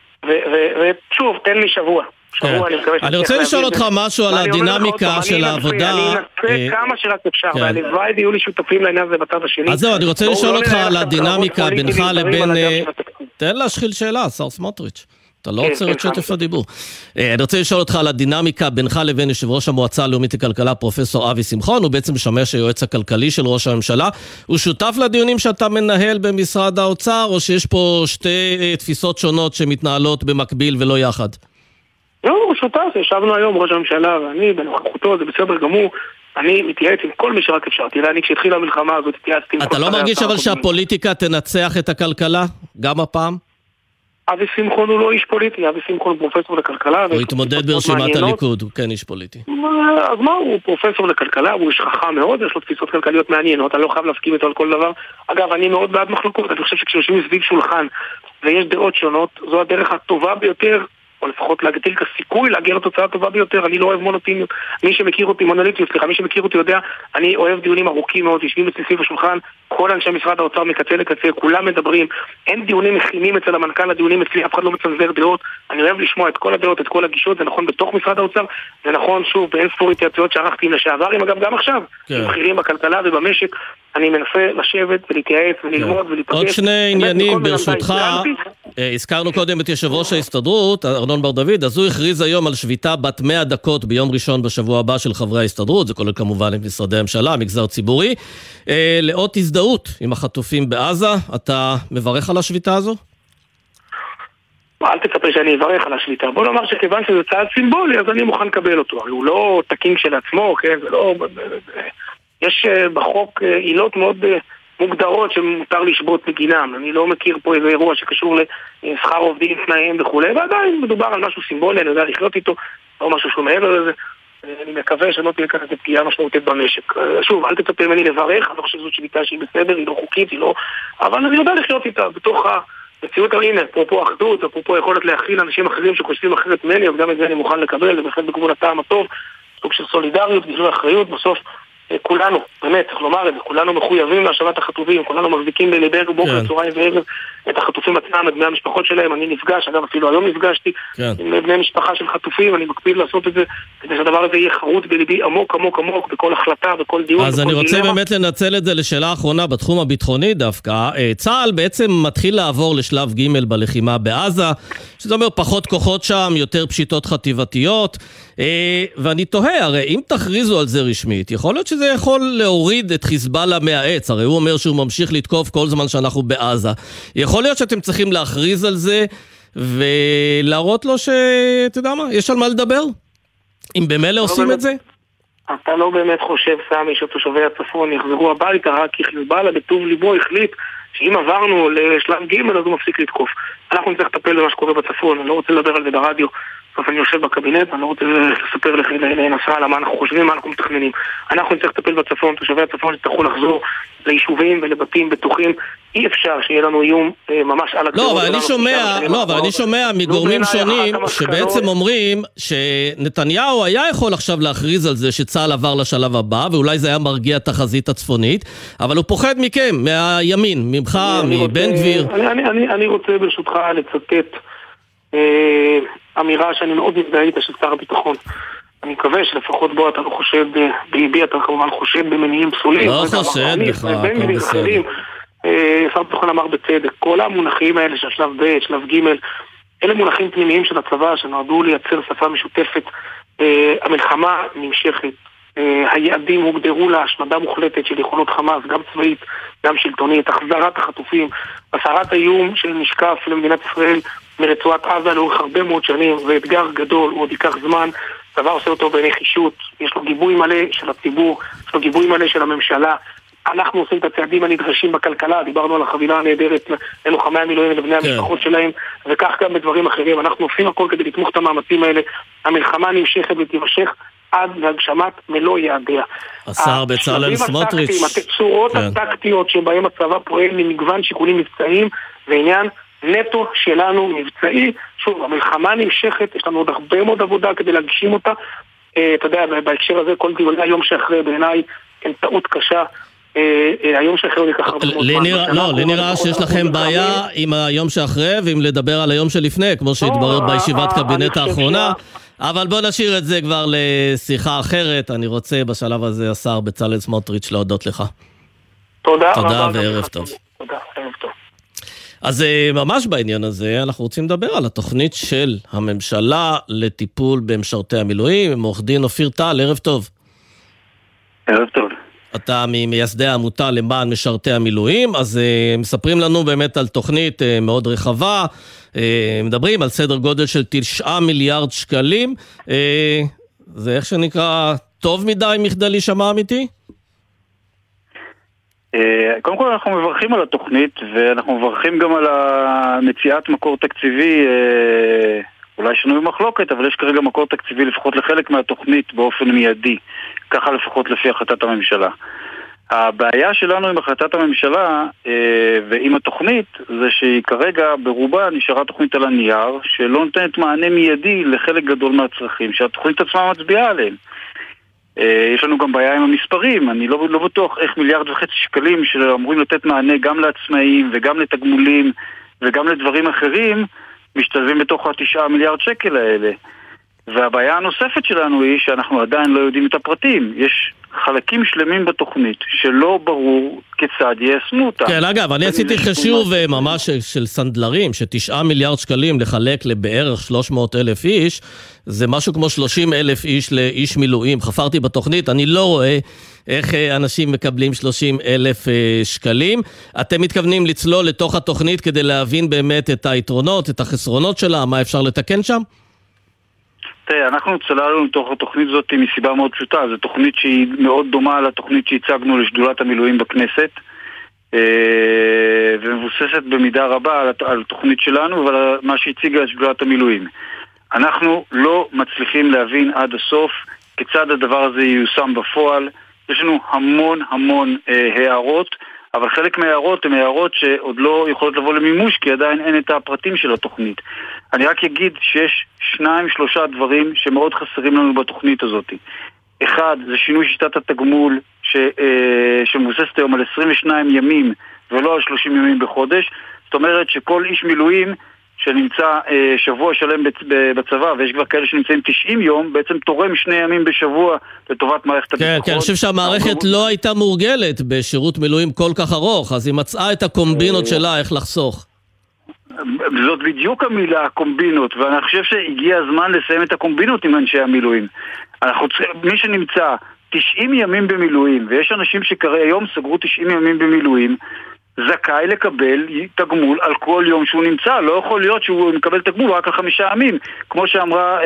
ושוב, תן לי שבוע. אני רוצה לשאול אותך משהו על הדינמיקה של העבודה. אני אנסה כמה שרק אפשר, והלוואי ויהיו לי שותפים לעניין הזה בצד השני. אז זהו, אני רוצה לשאול אותך על הדינמיקה בינך לבין... תן להשחיל שאלה, שר סמוטריץ'. אתה לא עוצר את שטף הדיבור. אני רוצה לשאול אותך על הדינמיקה בינך לבין יושב ראש המועצה הלאומית לכלכלה, פרופסור אבי שמחון, הוא בעצם משמש היועץ הכלכלי של ראש הממשלה. הוא שותף לדיונים שאתה מנהל במשרד האוצר, או שיש פה שתי תפיסות שונות שמתנהלות במקביל ולא יחד? לא, הוא שותף, ישבנו היום ראש הממשלה ואני בנוכחותו, זה בסדר גמור. אני מתייעץ עם כל מי שרק אפשר. תראה, אני כשהתחילה המלחמה הזאת התייעצתי עם כל... אתה לא מרגיש אבל שהפוליטיקה תנצח את הכלכלה? גם הפעם? אבי שמחון הוא לא איש פוליטי, אבי שמחון הוא פרופסור לכלכלה. הוא התמודד ברשימת הליכוד, הוא כן איש פוליטי. אז מה, הוא פרופסור לכלכלה, הוא איש חכם מאוד, יש לו תפיסות כלכליות מעניינות, אני לא חייב להסכים איתו על כל דבר. אגב, אני מאוד בעד מחלוקות, אני חושב שכשיושבים סביב שולחן ויש דעות שונות, זו הדרך הטובה ביותר, או לפחות להגדיל את הסיכוי להגיע לתוצאה הטובה ביותר. אני לא אוהב מונוטיניות. מי שמכיר אותי, מי שמכיר אותי יודע, אני אוהב דיונים ארוכים מאוד, יושבים סביב השולחן, כל אנשי משרד האוצר מקצה לקצה, כולם מדברים, אין דיונים מכינים אצל המנכ"ל, הדיונים אצלי, אף אחד לא מצנזר דעות, אני אוהב לשמוע את כל הדעות, את כל הגישות, זה נכון בתוך משרד האוצר, זה נכון שוב, באין ספור התייעצויות שערכתי עם לשעברים, אגב גם עכשיו, עם בכירים בכלכלה ובמשק, אני מנסה לשבת ולהתייעץ וללמוד ולהיפגש. עוד שני עניינים ברשותך, הזכרנו קודם את יושב ראש ההסתדרות, ארנון בר דוד, אז הוא הכריז היום על שביתה בת 100 דקות ביום ראשון בשבוע הבא של חברי ההסתדרות, זה כולל כמובן את משרדי הממשלה, המגזר ציבורי, לאות הזדהות עם החטופים בעזה. אתה מברך על השביתה הזו? אל תצפה שאני אברך על השביתה. בוא נאמר שכיוון שזה צעד סימבולי, אז אני מוכן לקבל אותו. הוא לא תקין של עצמו, כן? זה לא... יש בחוק עילות מאוד מוגדרות שמותר לשבות בגינם. אני לא מכיר פה איזה אירוע שקשור לשכר עובדים, תנאים וכו', ועדיין מדובר על משהו סימבולי, אני יודע לחיות איתו, לא משהו שהוא מעבר לזה. אני מקווה שלא תהיה כאן איזו פגיעה משמעותית במשק. שוב, אל תצפה ממני לברך, אני לא חושב שזאת שביתה שהיא בסדר, היא לא חוקית, היא לא... אבל אני יודע לחיות איתה בתוך המציאות. הנה, אפרופו אחדות, אפרופו יכולת להכיל אנשים אחרים שחושבים אחרת ממני, וגם את זה אני מוכן לקבל, זה בהחלט בגבול הטעם הטוב, סוג של סולידריות, גילוי אחריות. בסוף כולנו, באמת, צריך לומר את זה, כולנו מחויבים להשבת החטופים, כולנו מחזיקים בליבנו בוקר, צהריים וערב את החטופים עצמם, את בני המשפחות שלהם. אני נפגש, אגב אפילו היום נפגשתי עם בני משפחה של חטופים, אני מקפיד לעשות את זה כדי שהדבר הזה יהיה חרוט בליבי עמוק עמוק עמוק בכל החלטה, בכל דיון. אז אני רוצה באמת לנצל את זה לשאלה האחרונה בתחום הביטחוני דווקא. צה"ל בעצם מתחיל לעבור לשלב ג' בלחימה בעזה, שזה אומר פחות כוחות שם, יותר פשיטות חטיבתיות, ואני תוהה, הרי אם תכריזו על זה רשמית, יכול להיות שזה יכול להוריד את חיזבאללה מהעץ, הרי הוא אומר שהוא ממשיך לתקוף כל זמן שאנחנו בעזה. יכול להיות שאתם צריכים להכריז על זה ולהראות לו אתה יודע מה, יש על מה לדבר? אם במילא עושים את זה? אתה לא באמת חושב, סמי, שתושבי הצפון יחזרו הביתה רק כי חיזבאללה בטוב ליבו החליט שאם עברנו לשלב ג' אז הוא מפסיק לתקוף. אנחנו נצטרך לטפל במה שקורה בצפון, אני לא רוצה לדבר על זה ברדיו, בסוף אני יושב בקבינט, אני לא רוצה לספר לנסראללה מה אנחנו חושבים, מה אנחנו מתכננים. אנחנו נצטרך לטפל בצפון, תושבי הצפון יצטרכו לחזור ליישובים ולבתים בטוחים. אי אפשר שיהיה לנו איום ממש על הטרור. אבל אני שומע מגורמים שונים שבעצם אומרים שנתניהו היה יכול עכשיו להכריז על זה שצה"ל עבר לשלב הבא, ואולי זה היה מרגיע תחזית הצפונית, אבל הוא פוחד מכם, מהימין, ממך, מבן גביר. אני רוצה ברשותך לצטט אמירה שאני מאוד מזדהה איתה של שר הביטחון. אני מקווה שלפחות בו אתה לא חושד, ביבי אתה כמובן חושד במניעים פסולים. לא חושד בך, הכל בסדר. שר הביטחון אמר בצדק, כל המונחים האלה של שלב ב', שלב ג', אלה מונחים פנימיים של הצבא שנועדו לייצר שפה משותפת. המלחמה נמשכת, היעדים הוגדרו להשמדה מוחלטת של יכולות חמאס, גם צבאית, גם שלטונית, החזרת החטופים, הסרת האיום שנשקף למדינת ישראל מרצועת עזה לאורך הרבה מאוד שנים, ואתגר גדול, הוא עוד ייקח זמן, דבר עושה אותו בנחישות, יש לו גיבוי מלא של הציבור, יש לו גיבוי מלא של הממשלה, אנחנו עושים את הצעדים הנדרשים בכלכלה, דיברנו על החבילה הנהדרת ללוחמי המילואים ולבני המשפחות שלהם, וכך גם בדברים אחרים, אנחנו עושים הכל כדי לתמוך את המאמצים האלה, המלחמה נמשכת ותימשך עד להגשמת מלוא יעדיה. השר בצלאל סמוטריץ'. התצורות הטקטיות שבהם הצבא פועל ממגוון שיקולים מבצעיים, ועניין נטו שלנו מבצעי. שוב, המלחמה נמשכת, יש לנו עוד הרבה מאוד עבודה כדי להגשים אותה. אתה יודע, בהקשר הזה, כל דיוני היום שאחרי בעיניי הם טעות קשה. היום שאחרי הוא ייקח הרבה מאוד זמן. לי נראה שיש לכם בעיה עם היום שאחרי, ועם לדבר על היום שלפני, כמו שהתברר בישיבת קבינט האחרונה. אבל בוא נשאיר את זה כבר לשיחה אחרת. אני רוצה בשלב הזה, השר בצלאל סמוטריץ', להודות לך. תודה וערב טוב. תודה, ערב טוב. אז ממש בעניין הזה אנחנו רוצים לדבר על התוכנית של הממשלה לטיפול במשרתי המילואים, עם עורך דין אופיר טל. ערב טוב. ערב טוב. אתה ממייסדי העמותה למען משרתי המילואים, אז מספרים לנו באמת על תוכנית מאוד רחבה, מדברים על סדר גודל של 9 מיליארד שקלים, זה איך שנקרא טוב מדי מכדי להישמע אמיתי? קודם כל אנחנו מברכים על התוכנית, ואנחנו מברכים גם על המציאת מקור תקציבי, אולי שנוי מחלוקת, אבל יש כרגע מקור תקציבי לפחות לחלק מהתוכנית באופן מיידי, ככה לפחות לפי החלטת הממשלה. הבעיה שלנו עם החלטת הממשלה ועם התוכנית זה שהיא כרגע ברובה נשארה תוכנית על הנייר שלא נותנת מענה מיידי לחלק גדול מהצרכים שהתוכנית עצמה מצביעה עליהם. יש לנו גם בעיה עם המספרים, אני לא בטוח איך 1.5 מיליארד שקלים שאמורים לתת מענה גם לעצמאים וגם לתגמולים וגם לדברים אחרים משתלבים בתוך 9 מיליארד שקל האלה. והבעיה הנוספת שלנו היא שאנחנו עדיין לא יודעים את הפרטים. יש חלקים שלמים בתוכנית שלא ברור כיצד יישמו אותם. כן, אגב, אני עשיתי חישוב ממש של סנדלרים, ש9 מיליארד שקלים לחלק לבערך 300,000 איש, זה משהו כמו 30,000 איש לאיש מילואים. חפרתי בתוכנית, אני לא רואה איך אנשים מקבלים 30,000 שקלים. אתם מתכוונים לצלול לתוך התוכנית כדי להבין באמת את היתרונות, את החסרונות שלה, מה אפשר לתקן שם? תראה, אנחנו צללנו לתוך התוכנית הזאת מסיבה מאוד פשוטה. זו תוכנית שהיא מאוד דומה לתוכנית שהצגנו לשדולת המילואים בכנסת, ומבוססת במידה רבה על התוכנית שלנו ועל מה שהציגה שדולת המילואים. אנחנו לא מצליחים להבין עד הסוף כיצד הדבר הזה ייושם בפועל. יש לנו המון הערות, אבל חלק מההערות הן הערות שעוד לא יכולות לבוא למימוש, כי עדיין אין את הפרטים של התוכנית. אני רק אגיד שיש 2-3 דברים שמאוד חסרים לנו בתוכנית הזאת. אחד, זה שינוי שיטת התגמול שמבוססת היום על 22 ימים ולא על 30 ימים בחודש. זאת אומרת שכל איש מילואים שנמצא שבוע שלם בצבא, ויש כבר כאלה שנמצאים 90 יום, בעצם תורם 2 ימים בשבוע לטובת מערכת הביטחון. כן, אני חושב שהמערכת לא הייתה מורגלת בשירות מילואים כל כך ארוך, אז היא מצאה את הקומבינות שלה איך לחסוך. זאת בדיוק המילה, הקומבינות, ואני חושב שהגיע הזמן לסיים את הקומבינות עם אנשי המילואים. מי שנמצא 90 ימים במילואים, ויש אנשים שכיום סגרו 90 ימים במילואים, זכאי לקבל תגמול על כל יום שהוא נמצא. לא יכול להיות שהוא מקבל תגמול רק על 5 ימים, כמו שאמרה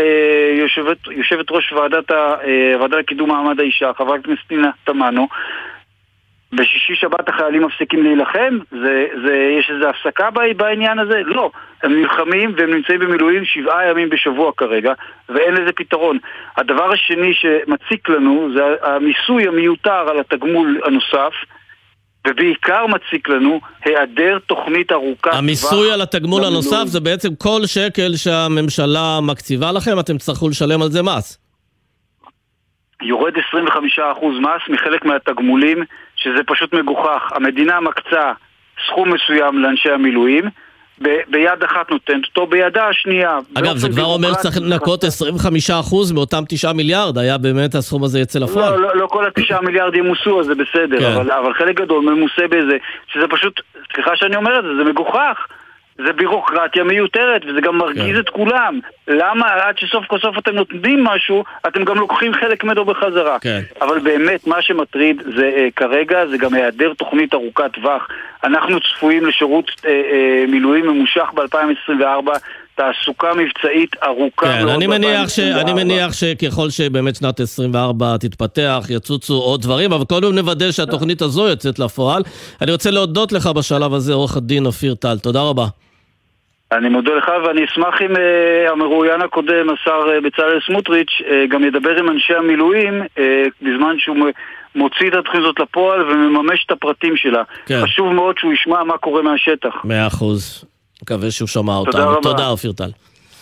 יושבת ראש ועדה לקידום מעמד האישה, חברת הכנסת פנינה תמנו. בשישי שבת החיילים מפסיקים להילחם? יש איזו הפסקה בעניין הזה? לא. הם נלחמים והם נמצאים במילואים 7 ימים בשבוע כרגע, ואין לזה פתרון. הדבר השני שמציק לנו זה המיסוי המיותר על התגמול הנוסף, ובעיקר מציק לנו היעדר תוכנית ארוכת... המיסוי על התגמול הנוסף זה בעצם כל שקל שהממשלה מקציבה לכם, אתם תצטרכו לשלם על זה מס. יורד 25% מס מחלק מהתגמולים, שזה פשוט מגוחך. המדינה מקצה סכום מסוים לאנשי המילואים, ביד אחת נותנת אותו, בידה השנייה. אגב, זה כבר אומר שצריך לנקות 25% מאותם 9 מיליארד, היה באמת הסכום הזה יצא לפועל? לא כל ה9 מיליארד ימוסו, אז זה בסדר, אבל חלק גדול ממוסה בזה, שזה פשוט, סליחה שאני אומר את זה, זה מגוחך. זה בירוקרטיה מיותרת, וזה גם מרגיז את כולם. למה עד שסוף כל סוף אתם נותנים משהו, אתם גם לוקחים חלק ממנו בחזרה. אבל באמת, מה שמטריד זה כרגע, זה גם היעדר תוכנית ארוכת טווח. אנחנו צפויים לשירות מילואים ממושך ב-2024, תעסוקה מבצעית ארוכה מאוד. אני מניח שככל שבאמת שנת 24 תתפתח, יצוצו עוד דברים, אבל קודם נוודא שהתוכנית הזו יוצאת לפועל. אני רוצה להודות לך בשלב הזה, עורך הדין אופיר טל. תודה רבה. אני מודה לך, ואני אשמח אם המרואיין הקודם, השר בצלאל סמוטריץ', גם ידבר עם אנשי המילואים בזמן שהוא מוציא את התוכנית הזאת לפועל ומממש את הפרטים שלה. חשוב מאוד שהוא ישמע מה קורה מהשטח. 100%. מקווה שהוא שמע אותנו. תודה אופיר טל.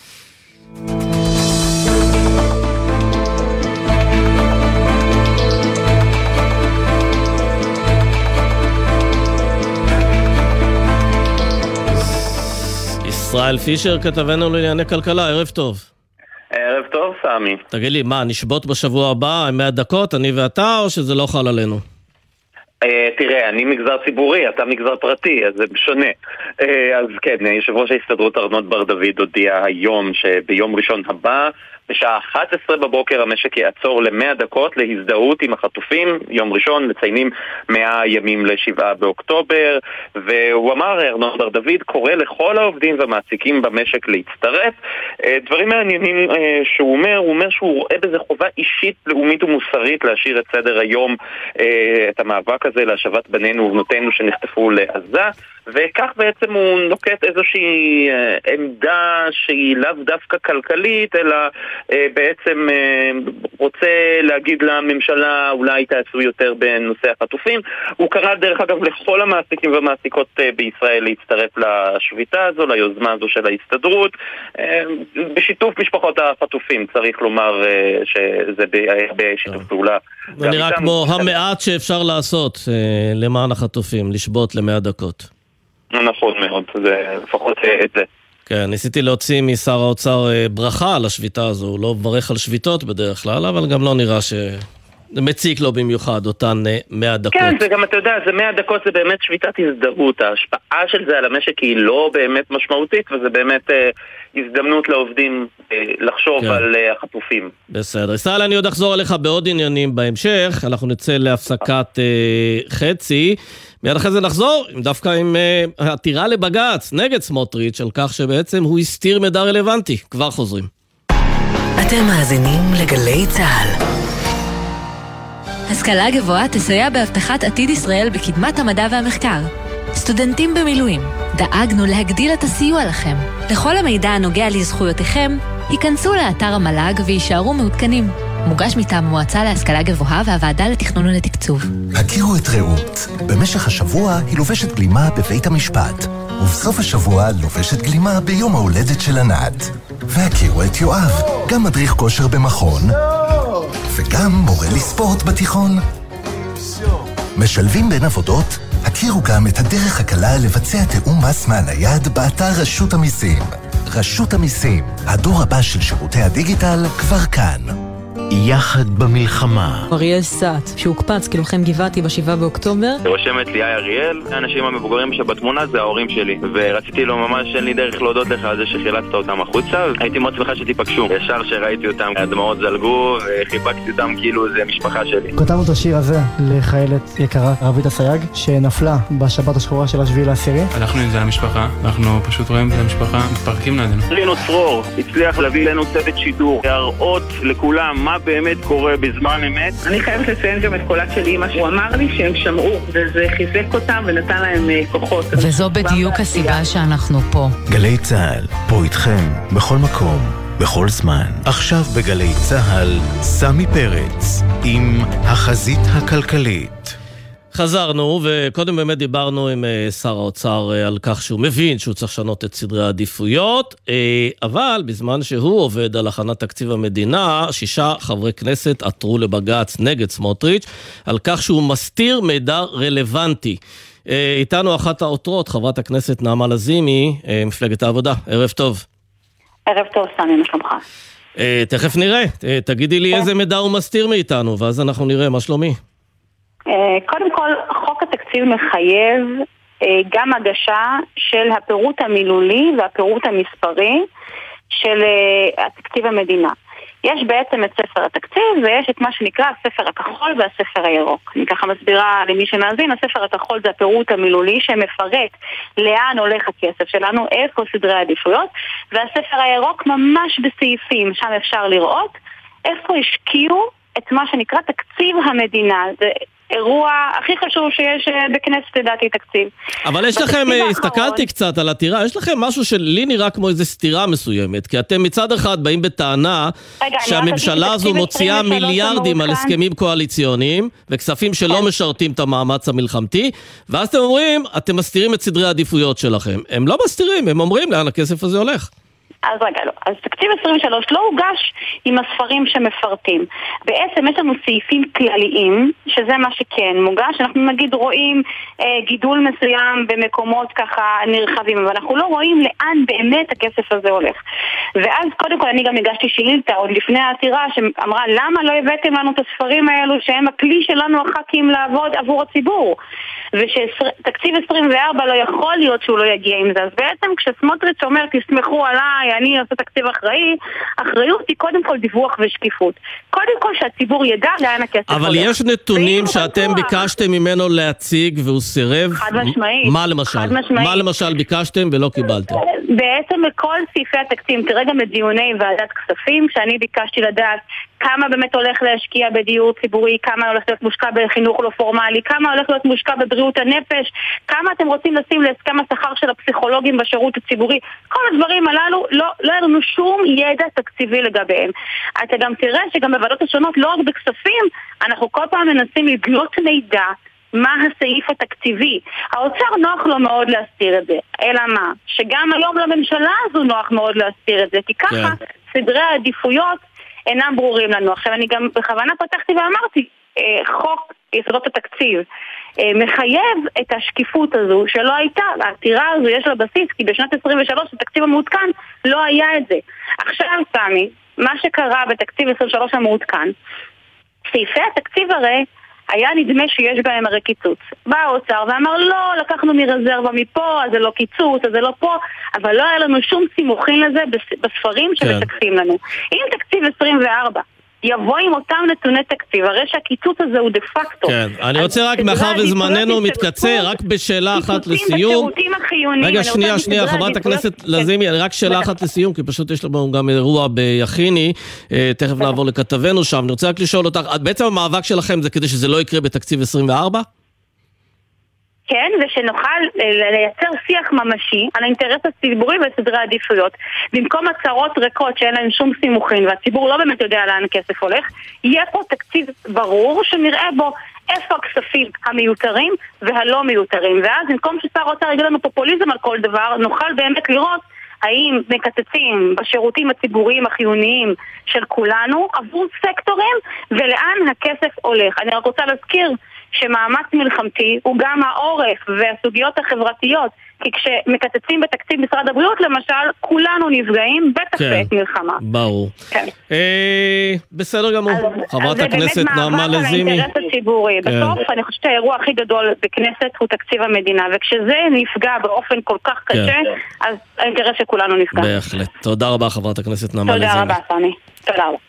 ישראל פישר, כתבנו לענייני כלכלה, ערב טוב. ערב טוב, סמי. תגיד לי, מה, נשבות בשבוע הבא 100 דקות, אני ואתה, או שזה לא חל עלינו? תראה, אני מגזר ציבורי, אתה מגזר פרטי, אז זה שונה. אז כן, יושב ראש ההסתדרות ארנון בר דוד הודיע היום שביום ראשון הבא, בשעה 11 בבוקר המשק יעצור ל100 דקות להזדהות עם החטופים. יום ראשון מציינים 100 ימים ל7 באוקטובר, והוא אמר, ארנון בר דוד קורא לכל העובדים והמעסיקים במשק להצטרף. דברים מעניינים שהוא אומר, הוא אומר שהוא רואה בזה חובה אישית, לאומית ומוסרית להשאיר את סדר היום, את המאבק הזה להשבת בנינו ובנותינו שנחטפו לעזה, וכך בעצם הוא נוקט איזושהי עמדה שהיא לאו דווקא כלכלית, אלא בעצם רוצה להגיד לממשלה אולי תעשו יותר בנושא החטופים. הוא קרא דרך אגב לכל המעסיקים והמעסיקות בישראל להצטרף לשביתה הזו, ליוזמה הזו של ההסתדרות, בשיתוף משפחות החטופים. צריך לומר שזה בשיתוף פעולה. זה נראה כמו המעט שאפשר לעשות למען החטופים, לשבות ל100 דקות. נכון מאוד, זה לפחות את זה. כן, ניסיתי להוציא משר האוצר ברכה על השביתה הזו, הוא לא מברך על שביתות בדרך כלל, אבל גם לא נראה שמציק לו במיוחד אותן 100 דקות. כן, זה גם, אתה יודע, זה 100 דקות זה באמת שביתת הזדהות, ההשפעה של זה על המשק היא לא באמת משמעותית, וזה באמת הזדמנות לעובדים לחשוב על החטופים. בסדר, ישראל, אני עוד אחזור עליך בעוד עניינים בהמשך, אנחנו נצא להפסקת חצי, מיד אחרי זה נחזור, דווקא עם עתירה לבג"ץ נגד סמוטריץ' על כך שבעצם הוא הסתיר מידע רלוונטי. כבר חוזרים. אתם מאזינים לגלי צהל. השכלה גבוהה תסייע בהבטחת עתיד ישראל בקדמת המדע והמחקר. סטודנטים במילואים, דאגנו להגדיל את הסיוע לכם. לכל המידע הנוגע לזכויותיכם, היכנסו לאתר המל"ג וישארו מעודכנים. מוגש מטעם המועצה להשכלה גבוהה והוועדה לתכנון ולתקצוב. הכירו את רעות. במשך השבוע היא לובשת גלימה בבית המשפט, ובסוף השבוע לובשת גלימה ביום ההולדת של ענת. והכירו את יואב, גם מדריך כושר במכון, וגם מורה לספורט בתיכון. משלבים בין עבודות, הכירו גם את הדרך הקלה לבצע תיאום מס מהנייד באתר רשות המיסים. רשות המיסים, הדור הבא של שירותי הדיגיטל כבר כאן. יחד במלחמה. אריאל סאט, שהוקפץ כלוחם גבעתי ב7 באוקטובר. רושמת לי אריאל, האנשים המבוגרים שבתמונה זה ההורים שלי, ורציתי לו ממש, אין לי דרך להודות לך על זה שחילצת אותם החוצה, הייתי מאוד שמחה שתיפגשו. ישר שראיתי אותם, הדמעות זלגו, וחיבקתי אותם כאילו זה משפחה שלי. כתבנו את השיר הזה לחיילת יקרה, רבית הסייג, שנפלה בשבת השחורה של 7/10. הלכנו עם זה למשפחה, אנחנו פשוט רואים את המשפחה, מתפרקים לידינו. רינו צרור הצליח להביא לנו צוות שידור, להראות לכולם מה מה באמת קורה בזמן אמת. אני חייבת לציין גם את קולת של אמא, הוא אמר לי שהם שמעו, וזה חיזק אותם ונתן להם כוחות. וזו בדיוק הסיבה שאנחנו פה. גלי צהל, פה איתכם, בכל מקום, בכל זמן. עכשיו בגלי צהל, סמי פרץ, עם החזית הכלכלית. חזרנו, וקודם באמת דיברנו עם שר האוצר על כך שהוא מבין שהוא צריך לשנות את סדרי העדיפויות, אבל בזמן שהוא עובד על הכנת תקציב המדינה, 6 חברי כנסת עתרו לבג"ץ נגד סמוטריץ' על כך שהוא מסתיר מידע רלוונטי. איתנו אחת העותרות, חברת הכנסת נעמה לזימי, מפלגת העבודה. ערב טוב. ערב טוב, סמי, מה שלומך? תכף נראה. תגידי לי איזה מידע הוא מסתיר מאיתנו, ואז אנחנו נראה מה שלומי. קודם כל, חוק התקציב מחייב גם הגשה של הפירוט המילולי והפירוט המספרי של התקציב המדינה. יש בעצם את ספר התקציב ויש את מה שנקרא הספר הכחול והספר הירוק. אני ככה מסבירה למי שמאזין, הספר הכחול זה הפירוט המילולי שמפרט לאן הולך הכסף שלנו, איפה סדרי העדיפויות, והספר הירוק ממש בסעיפים, שם אפשר לראות איפה השקיעו את מה שנקרא תקציב המדינה. זה אירוע הכי חשוב שיש בכנסת לדעתי תקציב. אבל יש לכם, הסתכלתי קצת על עתירה, יש לכם משהו שלי נראה כמו איזה סתירה מסוימת, כי אתם מצד אחד באים בטענה שהממשלה הזו מוציאה מיליארדים על הסכמים קואליציוניים, וכספים שלא משרתים את המאמץ המלחמתי, ואז אתם אומרים, אתם מסתירים את סדרי העדיפויות שלכם. הם לא מסתירים, הם אומרים לאן הכסף הזה הולך. אז רגע, לא. אז תקציב 23 לא הוגש עם הספרים שמפרטים. בעצם יש לנו סעיפים כלליים, שזה מה שכן מוגש. אנחנו נגיד רואים גידול מסוים במקומות ככה נרחבים, אבל אנחנו לא רואים לאן באמת הכסף הזה הולך. ואז קודם כל אני גם הגשתי שאילתה עוד לפני העתירה שאמרה למה לא הבאתם לנו את הספרים האלו שהם הכלי שלנו הח"כים לעבוד עבור הציבור. ושתקציב 24 לא יכול להיות שהוא לא יגיע עם זה. אז בעצם כשסמוטריץ' אומר תסמכו עליי, אני עושה תקציב אחראי, אחריות היא קודם כל דיווח ושקיפות. קודם כל שהציבור ידע לאן הכסף הולך. אבל יש נתונים שאתם ביקשתם ממנו להציג והוא סירב? חד משמעית. מה למשל? מה למשל ביקשתם ולא קיבלתם? בעצם לכל סעיפי התקציב, תראה גם בדיוני ועדת כספים, שאני ביקשתי לדעת כמה באמת הולך להשקיע בדיור ציבורי, כמה הולך להיות מושקע בחינוך לא פורמלי, כמה הולך להיות מושקע בבריאות הנפש, כמה אתם רוצים לשים להסכם השכר של הפסיכולוגים בשירות הציבורי. כל הדברים הללו לא היה לנו שום ידע תקציבי לגביהם. אתה גם תראה שגם בוועדות השונות, לא רק בכספים, אנחנו כל פעם מנסים לגלות מידע מה הסעיף התקציבי. האוצר נוח לו מאוד להסתיר את זה. אלא מה? שגם היום לממשלה הזו נוח מאוד להסתיר את זה. כי ככה סדרי העדיפויות אינם ברורים לנו. עכשיו אני גם בכוונה פתחתי ואמרתי, חוק יסודות התקציב מחייב את השקיפות הזו שלא הייתה. העתירה הזו יש לה בסיס, כי בשנת 23 התקציב המעודכן לא היה את זה. עכשיו סמי, מה שקרה בתקציב 23 המעודכן, סעיפי התקציב הרי היה נדמה שיש בהם הרי קיצוץ. בא האוצר ואמר לא, לקחנו מרזרבה מפה, אז זה לא קיצוץ, אז זה לא פה, אבל לא היה לנו שום סימוכין לזה בספרים שמשקפים לנו. אם תקציב 24 יבוא עם אותם נתוני תקציב, הרי שהקיצוץ הזה הוא דה פקטו. כן, אני רוצה רק מאחר וזמננו מתקצר, רק בשאלה אחת לסיום. רגע, שנייה, חברת הכנסת לזימי, רק שאלה אחת לסיום, כי פשוט יש לנו גם אירוע ביחיני, תכף נעבור לכתבנו שם. אני רוצה רק לשאול אותך, בעצם המאבק שלכם זה כדי שזה לא יקרה בתקציב 24? כן, ושנוכל לייצר שיח ממשי על האינטרס הציבורי וסדרי העדיפויות. במקום הצהרות ריקות שאין להן שום סימוכין, והציבור לא באמת יודע לאן הכסף הולך, יהיה פה תקציב ברור שנראה בו איפה הכספים המיותרים והלא מיותרים. ואז במקום ששר האוצר יגיד לנו פופוליזם על כל דבר, נוכל באמת לראות האם מקצצים בשירותים הציבוריים החיוניים של כולנו עבור סקטורים ולאן הכסף הולך. אני רק רוצה להזכיר שמאמץ מלחמתי הוא גם העורף והסוגיות החברתיות, כי כשמקצצים בתקציב משרד הבריאות למשל, כולנו נפגעים בטח בעת מלחמה. ברור. בסדר גמור. חברת הכנסת נעמה לזימי. זה באמת מאבק על האינטרס הציבורי. בסוף אני חושבת שהאירוע הכי גדול בכנסת הוא תקציב המדינה, וכשזה נפגע באופן כל כך קשה, אז האינטרס שכולנו נפגע. בהחלט. תודה רבה חברת הכנסת נעמה לזימי. תודה רבה סמי. תודה רבה.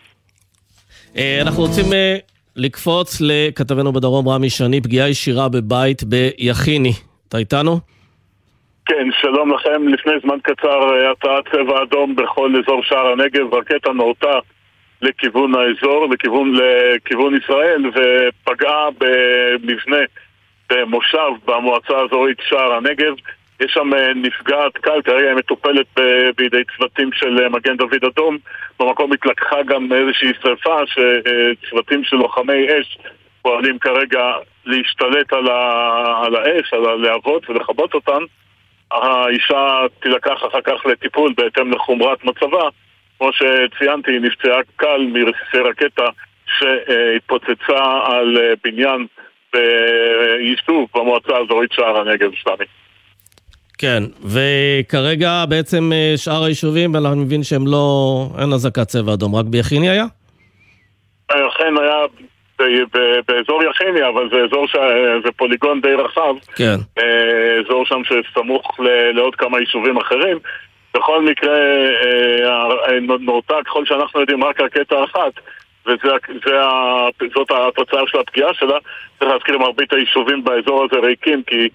אנחנו רוצים לקפוץ לכתבנו בדרום רמי שני, פגיעה ישירה בבית ביחיני. אתה איתנו? כן, שלום לכם. לפני זמן קצר התרעת צבע אדום בכל אזור שער הנגב, רקטה נורתה לכיוון האזור, לכיוון ישראל, ופגעה במבנה במושב במועצה האזורית שער הנגב. יש שם נפגעת קל, כרגע היא מטופלת בידי צוותים של מגן דוד אדום. במקום התלקחה גם איזושהי שריפה שצוותים של לוחמי אש פועלים כרגע להשתלט על האש, על הלהבות ולכבות אותן. האישה תילקח אחר כך לטיפול בהתאם לחומרת מצבה. כמו שציינתי, היא נפצעה קל מרסיסי רקטה שהתפוצצה על בניין ביישוב במועצה האזורית שער הנגב. סמי. כן, וכרגע בעצם שאר היישובים, אני מבין שהם לא, אין אזעקת צבע אדום, רק ביחיני היה? אכן היה באזור יחיני, אבל זה אזור זה פוליגון די רחב. כן. אזור שם שסמוך לעוד כמה יישובים אחרים. בכל מקרה, נורתה, ככל שאנחנו יודעים, רק רקטה אחת, וזאת התוצאה של הפגיעה שלה. צריך להזכיר מרבית היישובים באזור הזה ריקים, כי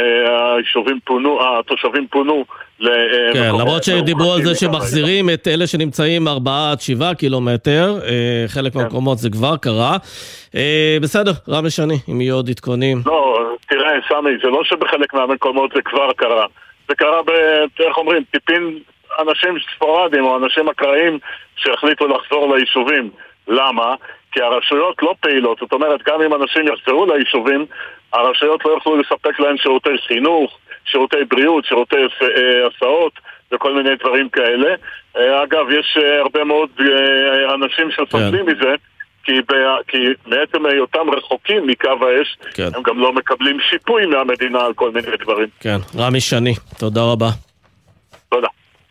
התושבים פונו. כן, למרות שדיברו על זה שמחזירים את אלה שנמצאים 4-7 קילומטר, חלק מהמקומות זה כבר קרה. בסדר, רע משני, אם יהיו עוד עדכונים. לא, תראה, סמי, זה לא שבחלק מהמקומות זה כבר קרה. זה קרה איך אומרים, טיפין אנשים ספורדים או אנשים אקראיים שהחליטו לחזור ליישובים. למה? כי הרשויות לא פעילות. זאת אומרת, גם אם אנשים יחזרו ליישובים, הרשויות לא יוכלו לספק להם שירותי חינוך, שירותי בריאות, שירותי הסעות וכל מיני דברים כאלה. אגב, יש הרבה מאוד אנשים שסובלים מזה, כי מעצם היותם רחוקים מקו האש, הם גם לא מקבלים שיפוי מהמדינה על כל מיני דברים. כן, רמי שני, תודה רבה. תודה.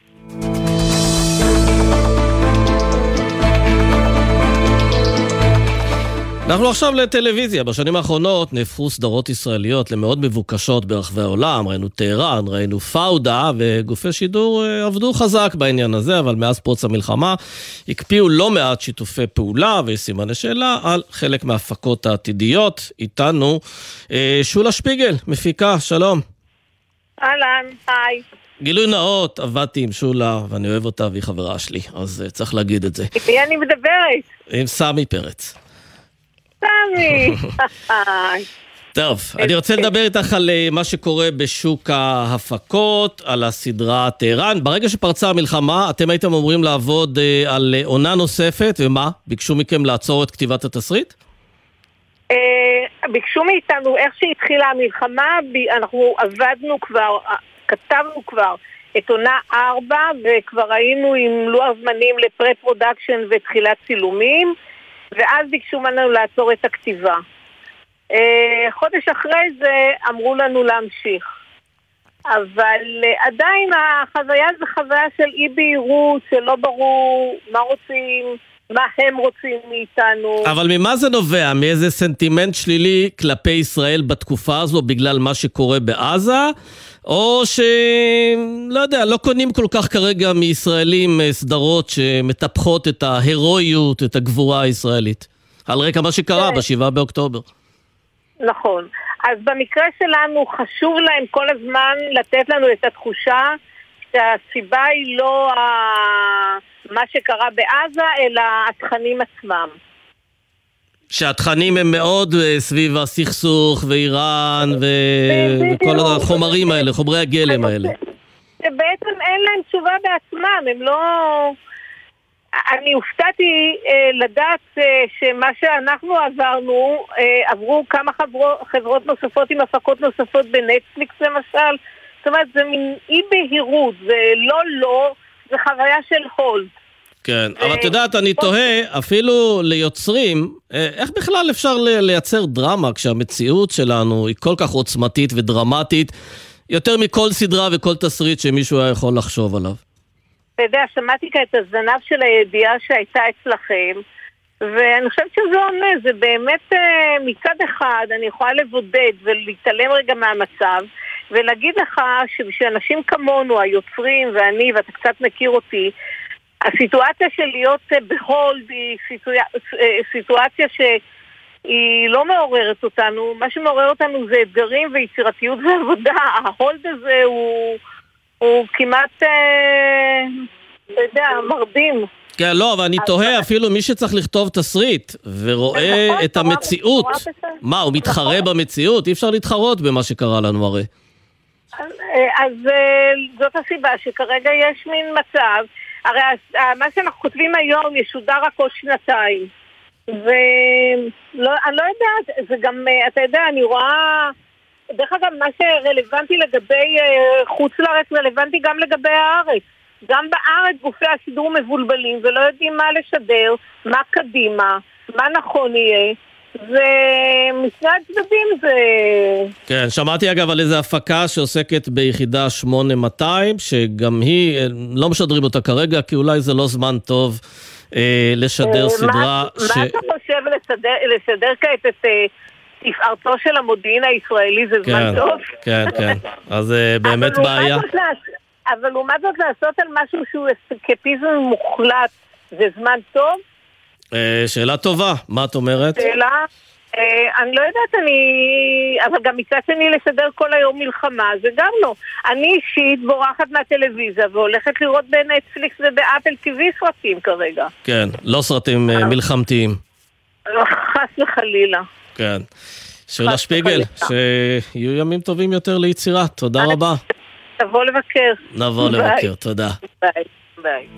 אנחנו עכשיו לטלוויזיה. בשנים האחרונות נהפכו סדרות ישראליות למאוד מבוקשות ברחבי העולם. ראינו טהרן, ראינו פאודה, וגופי שידור עבדו חזק בעניין הזה, אבל מאז פרוץ המלחמה הקפיאו לא מעט שיתופי פעולה וסימני שאלה על חלק מההפקות העתידיות. איתנו שולה שפיגל, מפיקה, שלום. אהלן, היי. גילוי נאות, עבדתי עם שולה, ואני אוהב אותה והיא חברה שלי, אז צריך להגיד את זה. עם מי אני מדברת? עם סמי פרץ. סמי. טוב, אני רוצה לדבר איתך על מה שקורה בשוק ההפקות, על הסדרה טהרן. ברגע שפרצה המלחמה, אתם הייתם אמורים לעבוד על עונה נוספת, ומה? ביקשו מכם לעצור את כתיבת התסריט? ביקשו מאיתנו, איך שהתחילה המלחמה, אנחנו עבדנו כבר, כתבנו כבר את עונה 4, וכבר היינו עם לוח זמנים לפרה-פרודקשן ותחילת צילומים, ואז ביקשו לנו לעצור את הכתיבה. חודש אחרי זה אמרו לנו להמשיך. אבל עדיין החוויה זה חוויה של אי בהירות, שלא ברור מה רוצים, מה הם רוצים מאיתנו. אבל ממה זה נובע? מאיזה סנטימנט שלילי כלפי ישראל בתקופה הזו בגלל מה שקורה בעזה? או לא יודע, לא קונים כל כך כרגע מישראלים סדרות שמטפחות את ההירואיות, את הגבורה הישראלית, על רקע מה שקרה ב7 באוקטובר. נכון. אז במקרה שלנו חשוב להם כל הזמן לתת לנו את התחושה שהסיבה היא לא מה שקרה בעזה, אלא התכנים עצמם. שהתכנים הם מאוד סביב הסכסוך ואיראן וכל החומרים האלה, חומרי הגלם האלה. בעצם אין להם תשובה בעצמם, הם לא... אני הופתעתי לדעת שמה שאנחנו עברו כמה חברות נוספות עם הפקות נוספות בנטפליקס למשל. זאת אומרת, זה מין אי בהירות, זה לא, זה חוויה של הולד. כן, אבל את יודעת, אני תוהה, אפילו ליוצרים, איך בכלל אפשר לייצר דרמה כשהמציאות שלנו היא כל כך עוצמתית ודרמטית, יותר מכל סדרה וכל תסריט שמישהו היה יכול לחשוב עליו? אתה יודע, שמעתי את הזנב של הידיעה שהייתה אצלכם, ואני חושבת שזה עונה, זה באמת מצד אחד, אני יכולה לבודד ולהתעלם רגע מהמצב, ולהגיד לך שאנשים כמונו, היוצרים ואני, ואתה קצת מכיר אותי, הסיטואציה של להיות בהולד היא סיטואציה שהיא לא מעוררת אותנו. מה שמעורר אותנו זה אתגרים ויצירתיות ועבודה. ההולד הזה הוא כמעט, אתה יודע, מרדים. כן, לא, אבל אני תוהה אפילו מי שצריך לכתוב תסריט ורואה את המציאות. מה, הוא מתחרה במציאות? אי אפשר להתחרות במה שקרה לנו הרי. אז זאת הסיבה שכרגע יש מין מצב, הרי מה שאנחנו כותבים היום ישודר רק עוד שנתיים, ואני לא יודעת, זה גם, אתה יודע, אני רואה, דרך אגב, מה שרלוונטי לגבי חוץ לארץ רלוונטי גם לגבי הארץ. גם בארץ גופי השידור מבולבלים ולא יודעים מה לשדר, מה קדימה, מה נכון יהיה. ומשני הצדדים זה... כן, שמעתי אגב על איזו הפקה שעוסקת ביחידה 8200, שגם היא, לא משדרים אותה כרגע, כי אולי זה לא זמן טוב לשדר סדרה. מה אתה חושב לשדר כעת את תפארתו של המודיעין הישראלי, זה זמן טוב? כן, כן, אז באמת בעיה. אבל לעומת זאת לעשות על משהו שהוא אסקפיזם מוחלט, זה זמן טוב? שאלה טובה, מה את אומרת? שאלה, אני לא יודעת, אבל גם מצד שני לשדר כל היום מלחמה, זה גם לא. אני אישית בורחת מהטלוויזיה והולכת לראות בנטפליקס ובאפל TV סרטים כרגע. כן, לא סרטים מלחמתיים. חס וחלילה. כן. שאלה שפיגל, שיהיו ימים טובים יותר ליצירה, תודה רבה. תבוא לבקר. נבוא לבקר, תודה. ביי, ביי.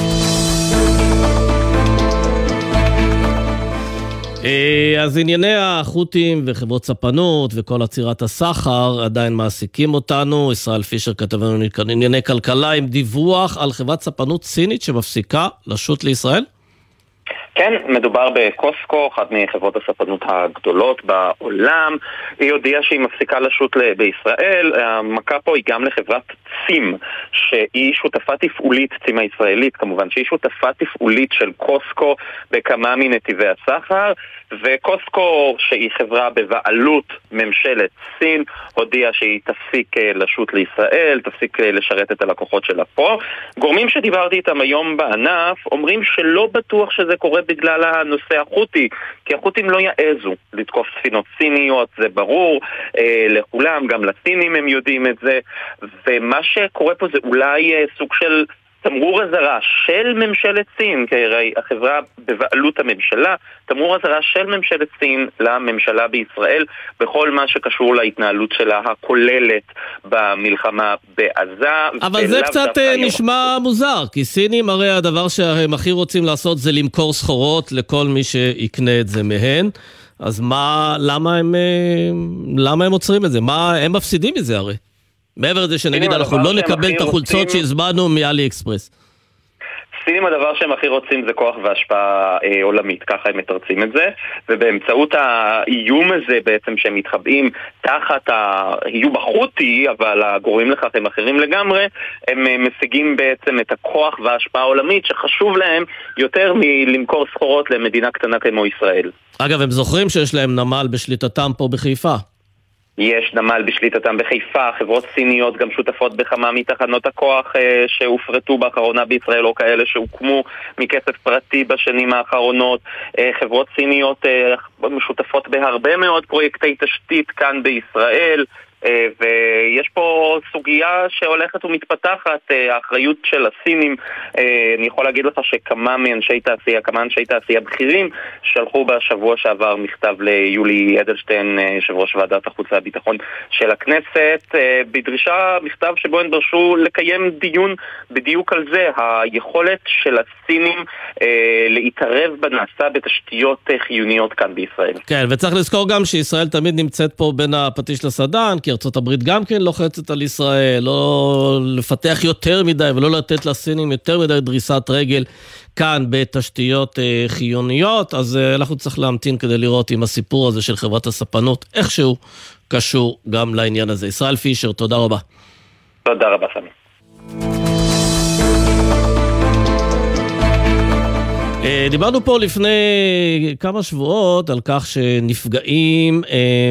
אז ענייני החות'ים וחברות ספנות וכל עצירת הסחר עדיין מעסיקים אותנו. ישראל פישר כתבנו ענייני כלכלה עם דיווח על חברת ספנות סינית שמפסיקה לשוט לישראל. כן, מדובר בקוסקו, אחת מחברות הספנות הגדולות בעולם. היא הודיעה שהיא מפסיקה לשוט בישראל. המכה פה היא גם לחברת צים, שהיא שותפה תפעולית, צים הישראלית כמובן, שהיא שותפה תפעולית של קוסקו בכמה מנתיבי הסחר, וקוסקו, שהיא חברה בבעלות ממשלת סין, הודיעה שהיא תפסיק לשוט לישראל, תפסיק לשרת את הלקוחות שלה פה. גורמים שדיברתי איתם היום בענף אומרים שלא בטוח שזה קורה בגלל הנושא החותי, כי החותים לא יעזו לתקוף ספינות סיניות, זה ברור לכולם, גם לסינים הם יודעים את זה, ומה שקורה פה זה אולי סוג של תמרור הזרה של ממשלת סין, כי הרי החברה בבעלות הממשלה, תמרור הזרה של ממשלת סין לממשלה בישראל, בכל מה שקשור להתנהלות שלה הכוללת במלחמה בעזה. אבל זה קצת נשמע מוזר, כי סינים הרי הדבר שהם הכי רוצים לעשות זה למכור סחורות לכל מי שיקנה את זה מהן, אז למה הם עוצרים את זה? הם מפסידים את זה הרי? מעבר לזה שנגיד אנחנו לא נקבל את החולצות שהזמנו מאלי אקספרס. סינים הדבר שהם הכי רוצים זה כוח והשפעה עולמית, ככה הם מתרצים את זה, ובאמצעות האיום הזה בעצם שהם מתחבאים תחת האיום החותי, אבל הגורמים לכך הם אחרים לגמרי, הם משיגים בעצם את הכוח וההשפעה העולמית שחשוב להם יותר מלמכור סחורות למדינה קטנה כמו ישראל. אגב, הם זוכרים שיש להם נמל בשליטתם פה בחיפה. יש נמל בשליטתם בחיפה, חברות סיניות גם שותפות בכמה מתחנות הכוח שהופרטו באחרונה בישראל או כאלה שהוקמו מכסף פרטי בשנים האחרונות. חברות סיניות משותפות בהרבה מאוד פרויקטי תשתית כאן בישראל, ויש פה סוגיה שהולכת ומתפתחת, האחריות של הסינים. אני יכול להגיד לך שכמה מאנשי תעשייה בכירים שלחו בשבוע שעבר מכתב ליולי אדלשטיין, יושב ראש ועדת החוץ והביטחון של הכנסת, בדרישה, מכתב שבו הם דרשו לקיים דיון בדיוק על זה, היכולת של הסינים להתערב בנעשה בתשתיות חיוניות כאן בישראל. כן, וצריך לזכור גם שישראל תמיד נמצאת פה בין הפטיש לסדן, כי ארצות הברית גם כן לוחצת על ישראל, לא לפתח יותר מדי ולא לתת לסינים יותר מדי דריסת רגל כאן בתשתיות חיוניות, אז אנחנו צריך להמתין כדי לראות אם הסיפור הזה של חברת הספנות איכשהו קשור גם לעניין הזה. ישראל פישר, תודה רבה. תודה רבה, סמי. דיברנו פה לפני כמה שבועות על כך שנפגעים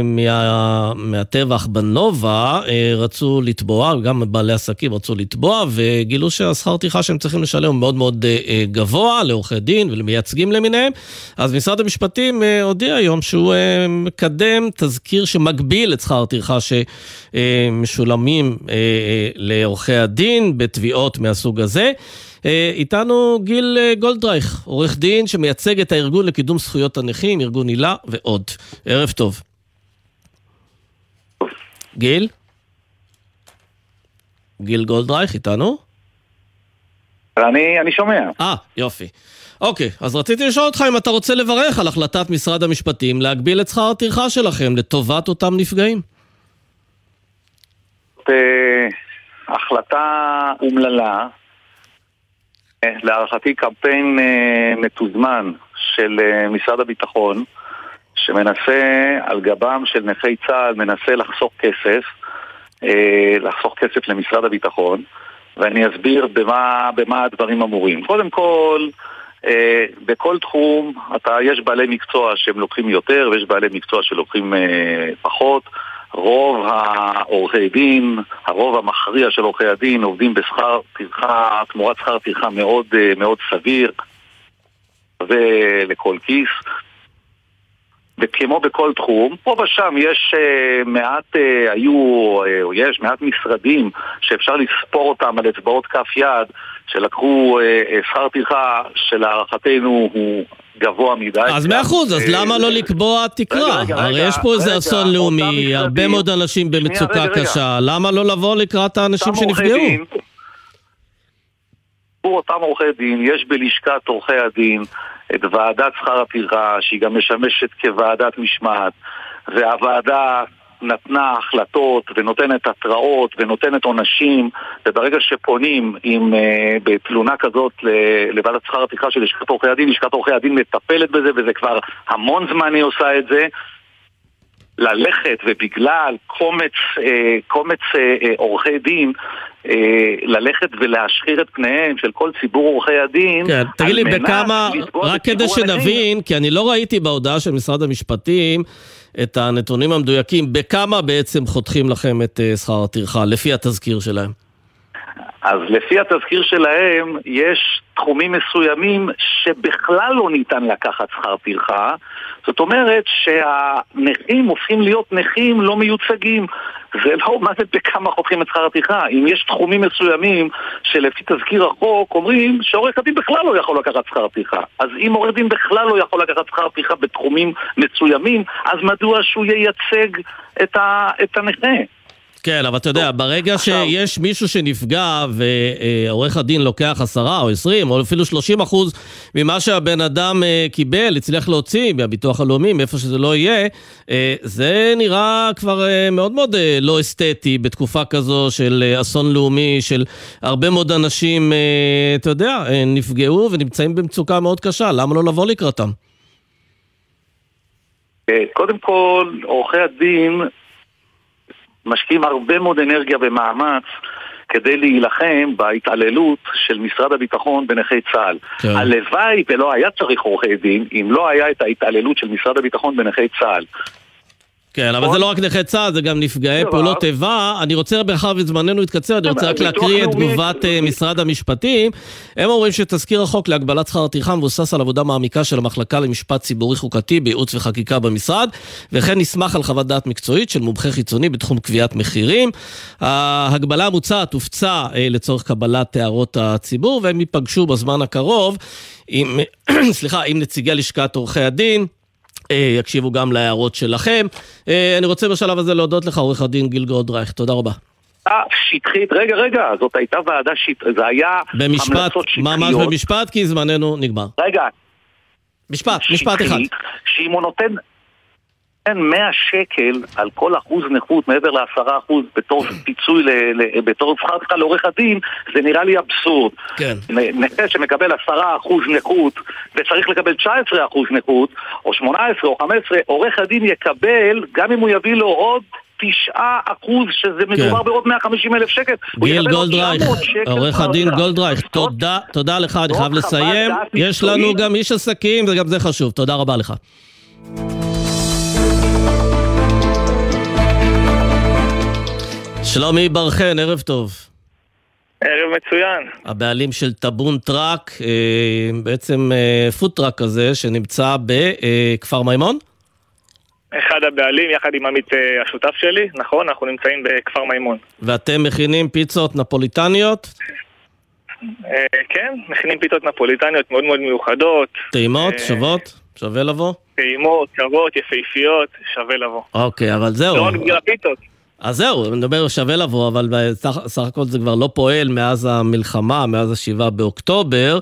מהטבח בנובה רצו לתבוע, גם בעלי עסקים רצו לתבוע, וגילו שהשכר טרחה שהם צריכים לשלם הוא מאוד מאוד גבוה לעורכי דין ולמייצגים למיניהם. אז משרד המשפטים הודיע היום שהוא מקדם תזכיר שמגביל את שכר טרחה שמשולמים לעורכי הדין בתביעות מהסוג הזה. איתנו גיל גולדרייך, עורך דין שמייצג את הארגון לקידום זכויות הנכים, ארגון הילה ועוד. ערב טוב. גיל? גיל גולדרייך איתנו? אני שומע. יופי. אוקיי, אז רציתי לשאול אותך אם אתה רוצה לברך על החלטת משרד המשפטים להגביל את שכר הטרחה שלכם לטובת אותם נפגעים. החלטה אומללה, להערכתי קמפיין מתוזמן של משרד הביטחון, שמנסה על גבם של נכי צה"ל, מנסה לחסוך כסף למשרד הביטחון, ואני אסביר במה הדברים אמורים. קודם כל, בכל תחום יש בעלי מקצוע שהם לוקחים יותר ויש בעלי מקצוע שלוקחים פחות. רוב העורכי דין, הרוב המכריע של עורכי הדין עובדים בשכר טרחה, תמורת שכר טרחה מאוד מאוד סביר ולכל כיס. וכמו בכל תחום, פה ושם יש מעט משרדים שאפשר לספור אותם על אצבעות כף יד, שלקחו שכר טרחה שלהערכתנו הוא גבוה מדי. אז 100%, אז למה לא לקבוע תקרה? הרי יש פה איזה אסון לאומי, הרבה מאוד אנשים במצוקה קשה, למה לא לבוא לקראת האנשים שנפגעו? אותם עורכי דין, יש בלשכת עורכי הדין את ועדת שכר הטרחה, שהיא גם משמשת כוועדת משמעת, והוועדה נתנה החלטות ונותנת התראות ונותנת עונשים, וברגע שפונים בתלונה כזאת לוועדת שכר הטרחה של לשכת עורכי הדין, לשכת עורכי הדין מטפלת בזה, וזה כבר המון זמן היא עושה את זה. ללכת ובגלל קומץ עורכי דין ללכת ולהשחיר את פניהם של כל ציבור עורכי הדין. כן, תגיד לי בכמה, רק כדי שנבין, כי אני לא ראיתי בהודעה של משרד המשפטים את הנתונים המדויקים, בכמה בעצם חותכים לכם את שכר הטרחה, לפי התזכיר שלהם? אז לפי התזכיר שלהם יש תחומים מסוימים שבכלל לא ניתן לקחת שכר טרחה. זאת אומרת שהנכים הופכים להיות נכים לא מיוצגים. זה לא מה זה בכמה חותכים את שכר הטרחה. אם יש תחומים מסוימים שלפי תזכיר החוק אומרים שעורך הדין בכלל לא יכול לקחת שכר טרחה. אז אם עורך דין בכלל לא יכול לקחת שכר טרחה בתחומים מסוימים, אז מדוע שהוא ייצג את הנכה? כן, אבל אתה יודע, ברגע שיש מישהו שנפגע ועורך הדין לוקח 10 או 20 או אפילו 30% ממה שהבן אדם קיבל, הצליח להוציא מהביטוח הלאומי, מאיפה שזה לא יהיה, זה נראה כבר מאוד מאוד לא אסתטי בתקופה כזו של אסון לאומי, של הרבה מאוד אנשים, אתה יודע, נפגעו ונמצאים במצוקה מאוד קשה. למה לא לבוא לקראתם? קודם כל, עורכי הדין משקיעים הרבה מאוד אנרגיה ומאמץ כדי להילחם בהתעללות של משרד הביטחון בנכי צה"ל. כן. הלוואי ולא היה צריך עורכי דין אם לא היה את ההתעללות של משרד הביטחון בנכי צה"ל. כן, אבל זה לא רק נכי צה"ל, זה גם נפגעי פעולות איבה. אני רוצה בכלל וזמננו התקצר, אני רוצה רק להקריא את תגובת משרד המשפטים. הם אומרים שתזכיר החוק להגבלת שכר הטרחה מבוסס על עבודה מעמיקה של המחלקה למשפט ציבורי חוקתי בייעוץ וחקיקה במשרד, וכן נסמך על חוות דעת מקצועית של מומחה חיצוני בתחום קביעת מחירים. ההגבלה המוצעת הופצה לצורך קבלת הערות הציבור, והם ייפגשו בזמן הקרוב עם נציגי לשכת עורכי הדין, יקשיבו גם להערות שלכם. אני רוצה בשלב הזה להודות לך, עורך הדין גיל גולדרייך, תודה רבה. שטחית, רגע, זאת הייתה ועדה שטחית, זה היה המלצות שטחיות. ממש במשפט, כי זמננו נגמר. רגע. משפט אחד. שאם הוא נותן 100 שקל על כל אחוז נכות מעבר ל10% בתור פיצוי, בתור שכר טרחה לעורך הדין, זה נראה לי אבסורד. כן. נכה שמקבל 10% נכות וצריך לקבל 19% נכות, או 18 או 15, עורך הדין יקבל, גם אם הוא יביא לו עוד 9%, שזה מדובר בעוד 150,000 שקל. גיל גולדרייך, עורך הדין גולדרייך, תודה לך, אני חייב לסיים. יש לנו גם איש עסקים וגם זה חשוב, תודה רבה לך. שלומי ברחן, ערב טוב. ערב מצוין. הבעלים של טאבון טראק, בעצם פוד טראק כזה שנמצא בכפר מימון? אחד הבעלים, יחד עם עמית השותף שלי, נכון, אנחנו נמצאים בכפר מימון. ואתם מכינים פיצות נפוליטניות? כן, מכינים פיתות נפוליטניות מאוד מאוד מיוחדות. טעימות, שוות? שווה לבוא? טעימות, שוות, יפהפיות, שווה לבוא. אוקיי, אבל זהו. לא רק בגלל הפיתות. אז זהו, אני מדבר שווה לבוא, אבל בסך הכל זה כבר לא פועל מאז המלחמה, מאז 7 באוקטובר.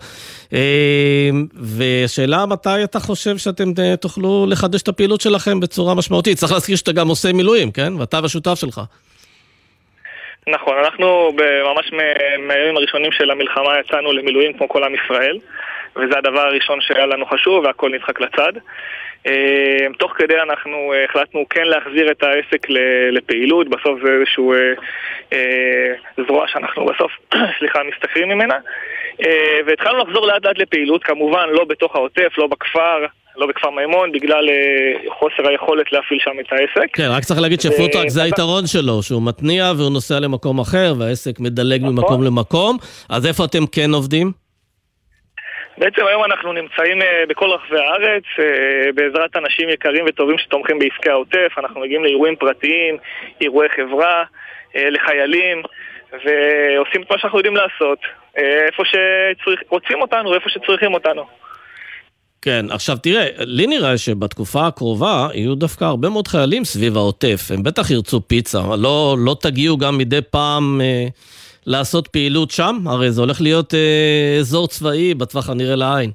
ושאלה, מתי אתה חושב שאתם תוכלו לחדש את הפעילות שלכם בצורה משמעותית? צריך להזכיר שאתה גם עושה מילואים, כן? ואתה והשותף שלך. נכון, אנחנו ממש מהימים הראשונים של המלחמה יצאנו למילואים כמו כל עם ישראל, וזה הדבר הראשון שהיה לנו חשוב, והכל נדחק לצד. תוך כדי אנחנו החלטנו כן להחזיר את העסק לפעילות, בסוף זה איזשהו זרוע שאנחנו בסוף, מסתכרים ממנה, והתחלנו לחזור לאט לאט לפעילות, כמובן לא בתוך העוטף, לא בכפר, לא בכפר מימון, בגלל חוסר היכולת להפעיל שם את העסק. כן, רק צריך להגיד שפוטראק זה היתרון שלו, שהוא מתניע והוא נוסע למקום אחר, והעסק מדלג ממקום למקום, אז איפה אתם כן עובדים? בעצם היום אנחנו נמצאים בכל רחבי הארץ, בעזרת אנשים יקרים וטובים שתומכים בעסקי העוטף, אנחנו מגיעים לאירועים פרטיים, אירועי חברה, לחיילים, ועושים את מה שאנחנו יודעים לעשות, איפה שרוצים אותנו ואיפה שצריכים אותנו. כן, עכשיו תראה, לי נראה שבתקופה הקרובה יהיו דווקא הרבה מאוד חיילים סביב העוטף, הם בטח ירצו פיצה, לא תגיעו גם מדי פעם לעשות פעילות שם? הרי זה הולך להיות אזור צבאי בטווח הנראה לעין.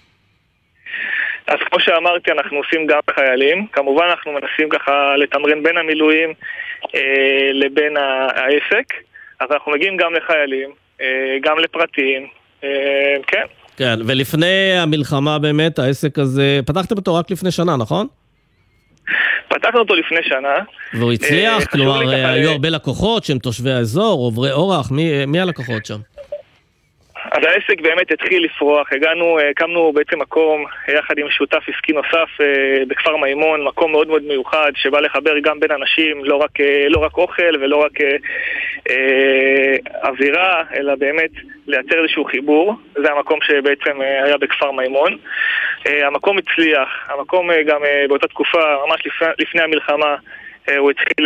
אז כמו שאמרתי, אנחנו עושים גם חיילים, כמובן אנחנו מנסים ככה לתמרן בין המילואים לבין העסק, אז אנחנו מגיעים גם לחיילים, גם לפרטיים, כן. כן, ולפני המלחמה באמת, העסק הזה, פתחתם אותו רק לפני שנה, נכון? פתחנו אותו לפני שנה. והוא הצליח? כלומר, היו הרבה לקוחות שהם תושבי האזור, עוברי אורח, מי הלקוחות שם? אז העסק באמת התחיל לפרוח, הקמנו בעצם מקום יחד עם שותף עסקי נוסף בכפר מימון, מקום מאוד מאוד מיוחד שבא לחבר גם בין אנשים, לא רק אוכל ולא רק אווירה, אלא באמת לייצר איזשהו חיבור. זה המקום שבעצם היה בכפר מימון. המקום הצליח, המקום גם באותה תקופה, ממש לפני המלחמה, הוא התחיל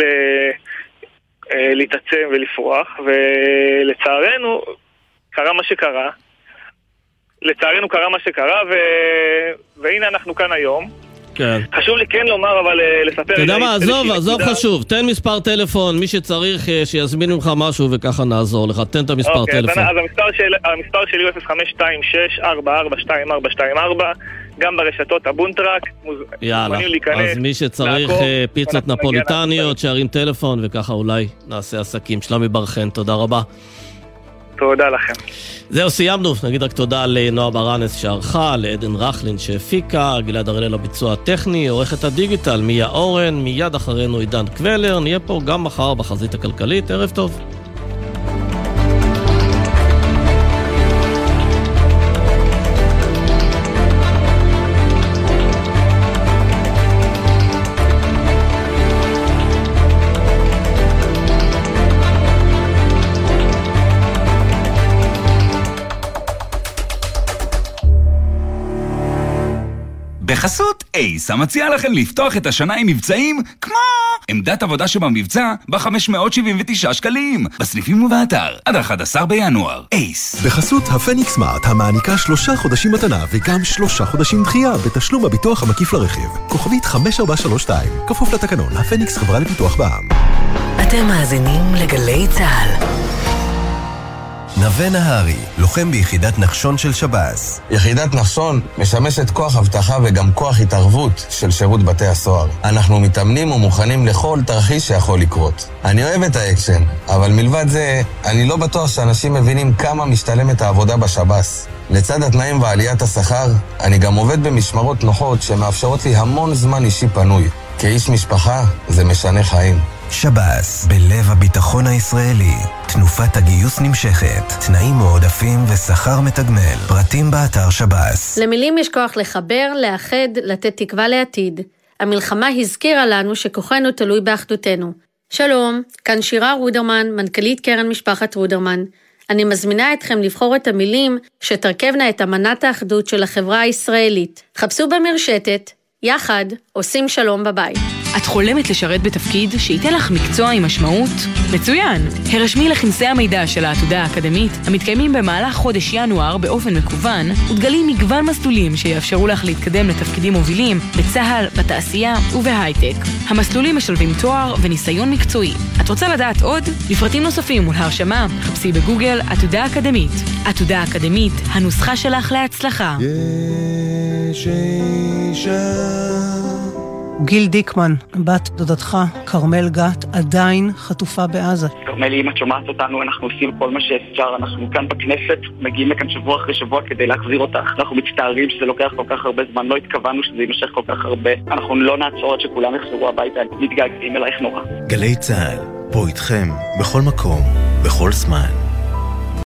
להתעצם ולפרוח, ולצערנו קרה מה שקרה. לצערנו קרה מה שקרה, והנה אנחנו כאן היום. כן. חשוב לי כן לומר, אבל לספר... אתה יודע מה, עזוב חשוב, תן מספר טלפון, מי שצריך שיזמין ממך משהו וככה נעזור לך, תן את המספר טלפון. אז המספר שלי הוא 0526-442424, גם ברשתות הבונטראק, מוזמנים להיכנס. אז מי שצריך פיצות נפוליטניות, שירים טלפון וככה אולי נעשה עסקים. שלומי ברחן, תודה רבה. תודה לכם. זהו, סיימנו. נגיד רק תודה לנועה ברנס שערכה, לעדן רחלין שהפיקה, גלעד הראל לביצוע הטכני, עורכת הדיגיטל מיה אורן, מיד אחרינו עידן קוולר. נהיה פה גם מחר בחזית הכלכלית. ערב טוב. בחסות אייס, המציע לכם לפתוח את השנה עם מבצעים כמו עמדת עבודה שבמבצע ב-579 שקלים, בסניפים ובאתר עד 11 בינואר. אייס. בחסות הפניקס סמארט, המעניקה 3 חודשים מתנה וגם 3 חודשים דחייה בתשלום הביטוח המקיף לרכיב. כוכבית 5432, כפוף לתקנון. הפניקס חברה לפיתוח בע"מ. אתם מאזינים לגלי צה"ל. נווה נהרי, לוחם ביחידת נחשון של שב"ס. יחידת נחשון משמשת כוח הבטחה וגם כוח התערבות של שירות בתי הסוהר. אנחנו מתאמנים ומוכנים לכל תרחיש שיכול לקרות. אני אוהב את האקשן, אבל מלבד זה, אני לא בטוח שאנשים מבינים כמה משתלמת העבודה בשב"ס. לצד התנאים ועליית השכר, אני גם עובד במשמרות נוחות שמאפשרות לי המון זמן אישי פנוי. כאיש משפחה, זה משנה חיים. שב"ס, בלב הביטחון הישראלי. תנופת הגיוס נמשכת, תנאים מועדפים ושכר מתגמל. פרטים באתר שב"ס. למילים יש כוח לחבר, לאחד, לתת תקווה לעתיד. המלחמה הזכירה לנו שכוחנו תלוי באחדותנו. שלום, כאן שירה רודרמן, מנכ"לית קרן משפחת רודרמן. אני מזמינה אתכם לבחור את המילים שתרכבנה את אמנת האחדות של החברה הישראלית. חפשו במרשתת, יחד עושים שלום בבית. את חולמת לשרת בתפקיד שייתן לך מקצוע עם משמעות? מצוין! הרשמי לכנסי המידע של העתודה האקדמית, המתקיימים במהלך חודש ינואר באופן מקוון, ותגלי מגוון מסלולים שיאפשרו לך להתקדם לתפקידים מובילים בצה"ל, בתעשייה ובהייטק. המסלולים משלבים תואר וניסיון מקצועי. את רוצה לדעת עוד? לפרטים נוספים ולהרשמה, חפשי בגוגל עתודה אקדמית. עתודה אקדמית, הנוסחה שלך להצלחה. גיל דיקמן, בת דודתך, קרמל גת, עדיין חטופה בעזה. קרמל, אם את שומעת אותנו, אנחנו עושים כל מה שאפשר. אנחנו כאן בכנסת, מגיעים לכאן שבוע אחרי שבוע כדי להחזיר אותך. אנחנו מצטערים שזה לוקח כל כך הרבה זמן, לא התכוונו שזה יימשך כל כך הרבה. אנחנו לא נעצור עד שכולם יחזרו הביתה, מתגעגעים אלייך נורא. גלי צהל, פה איתכם, בכל מקום, בכל זמן.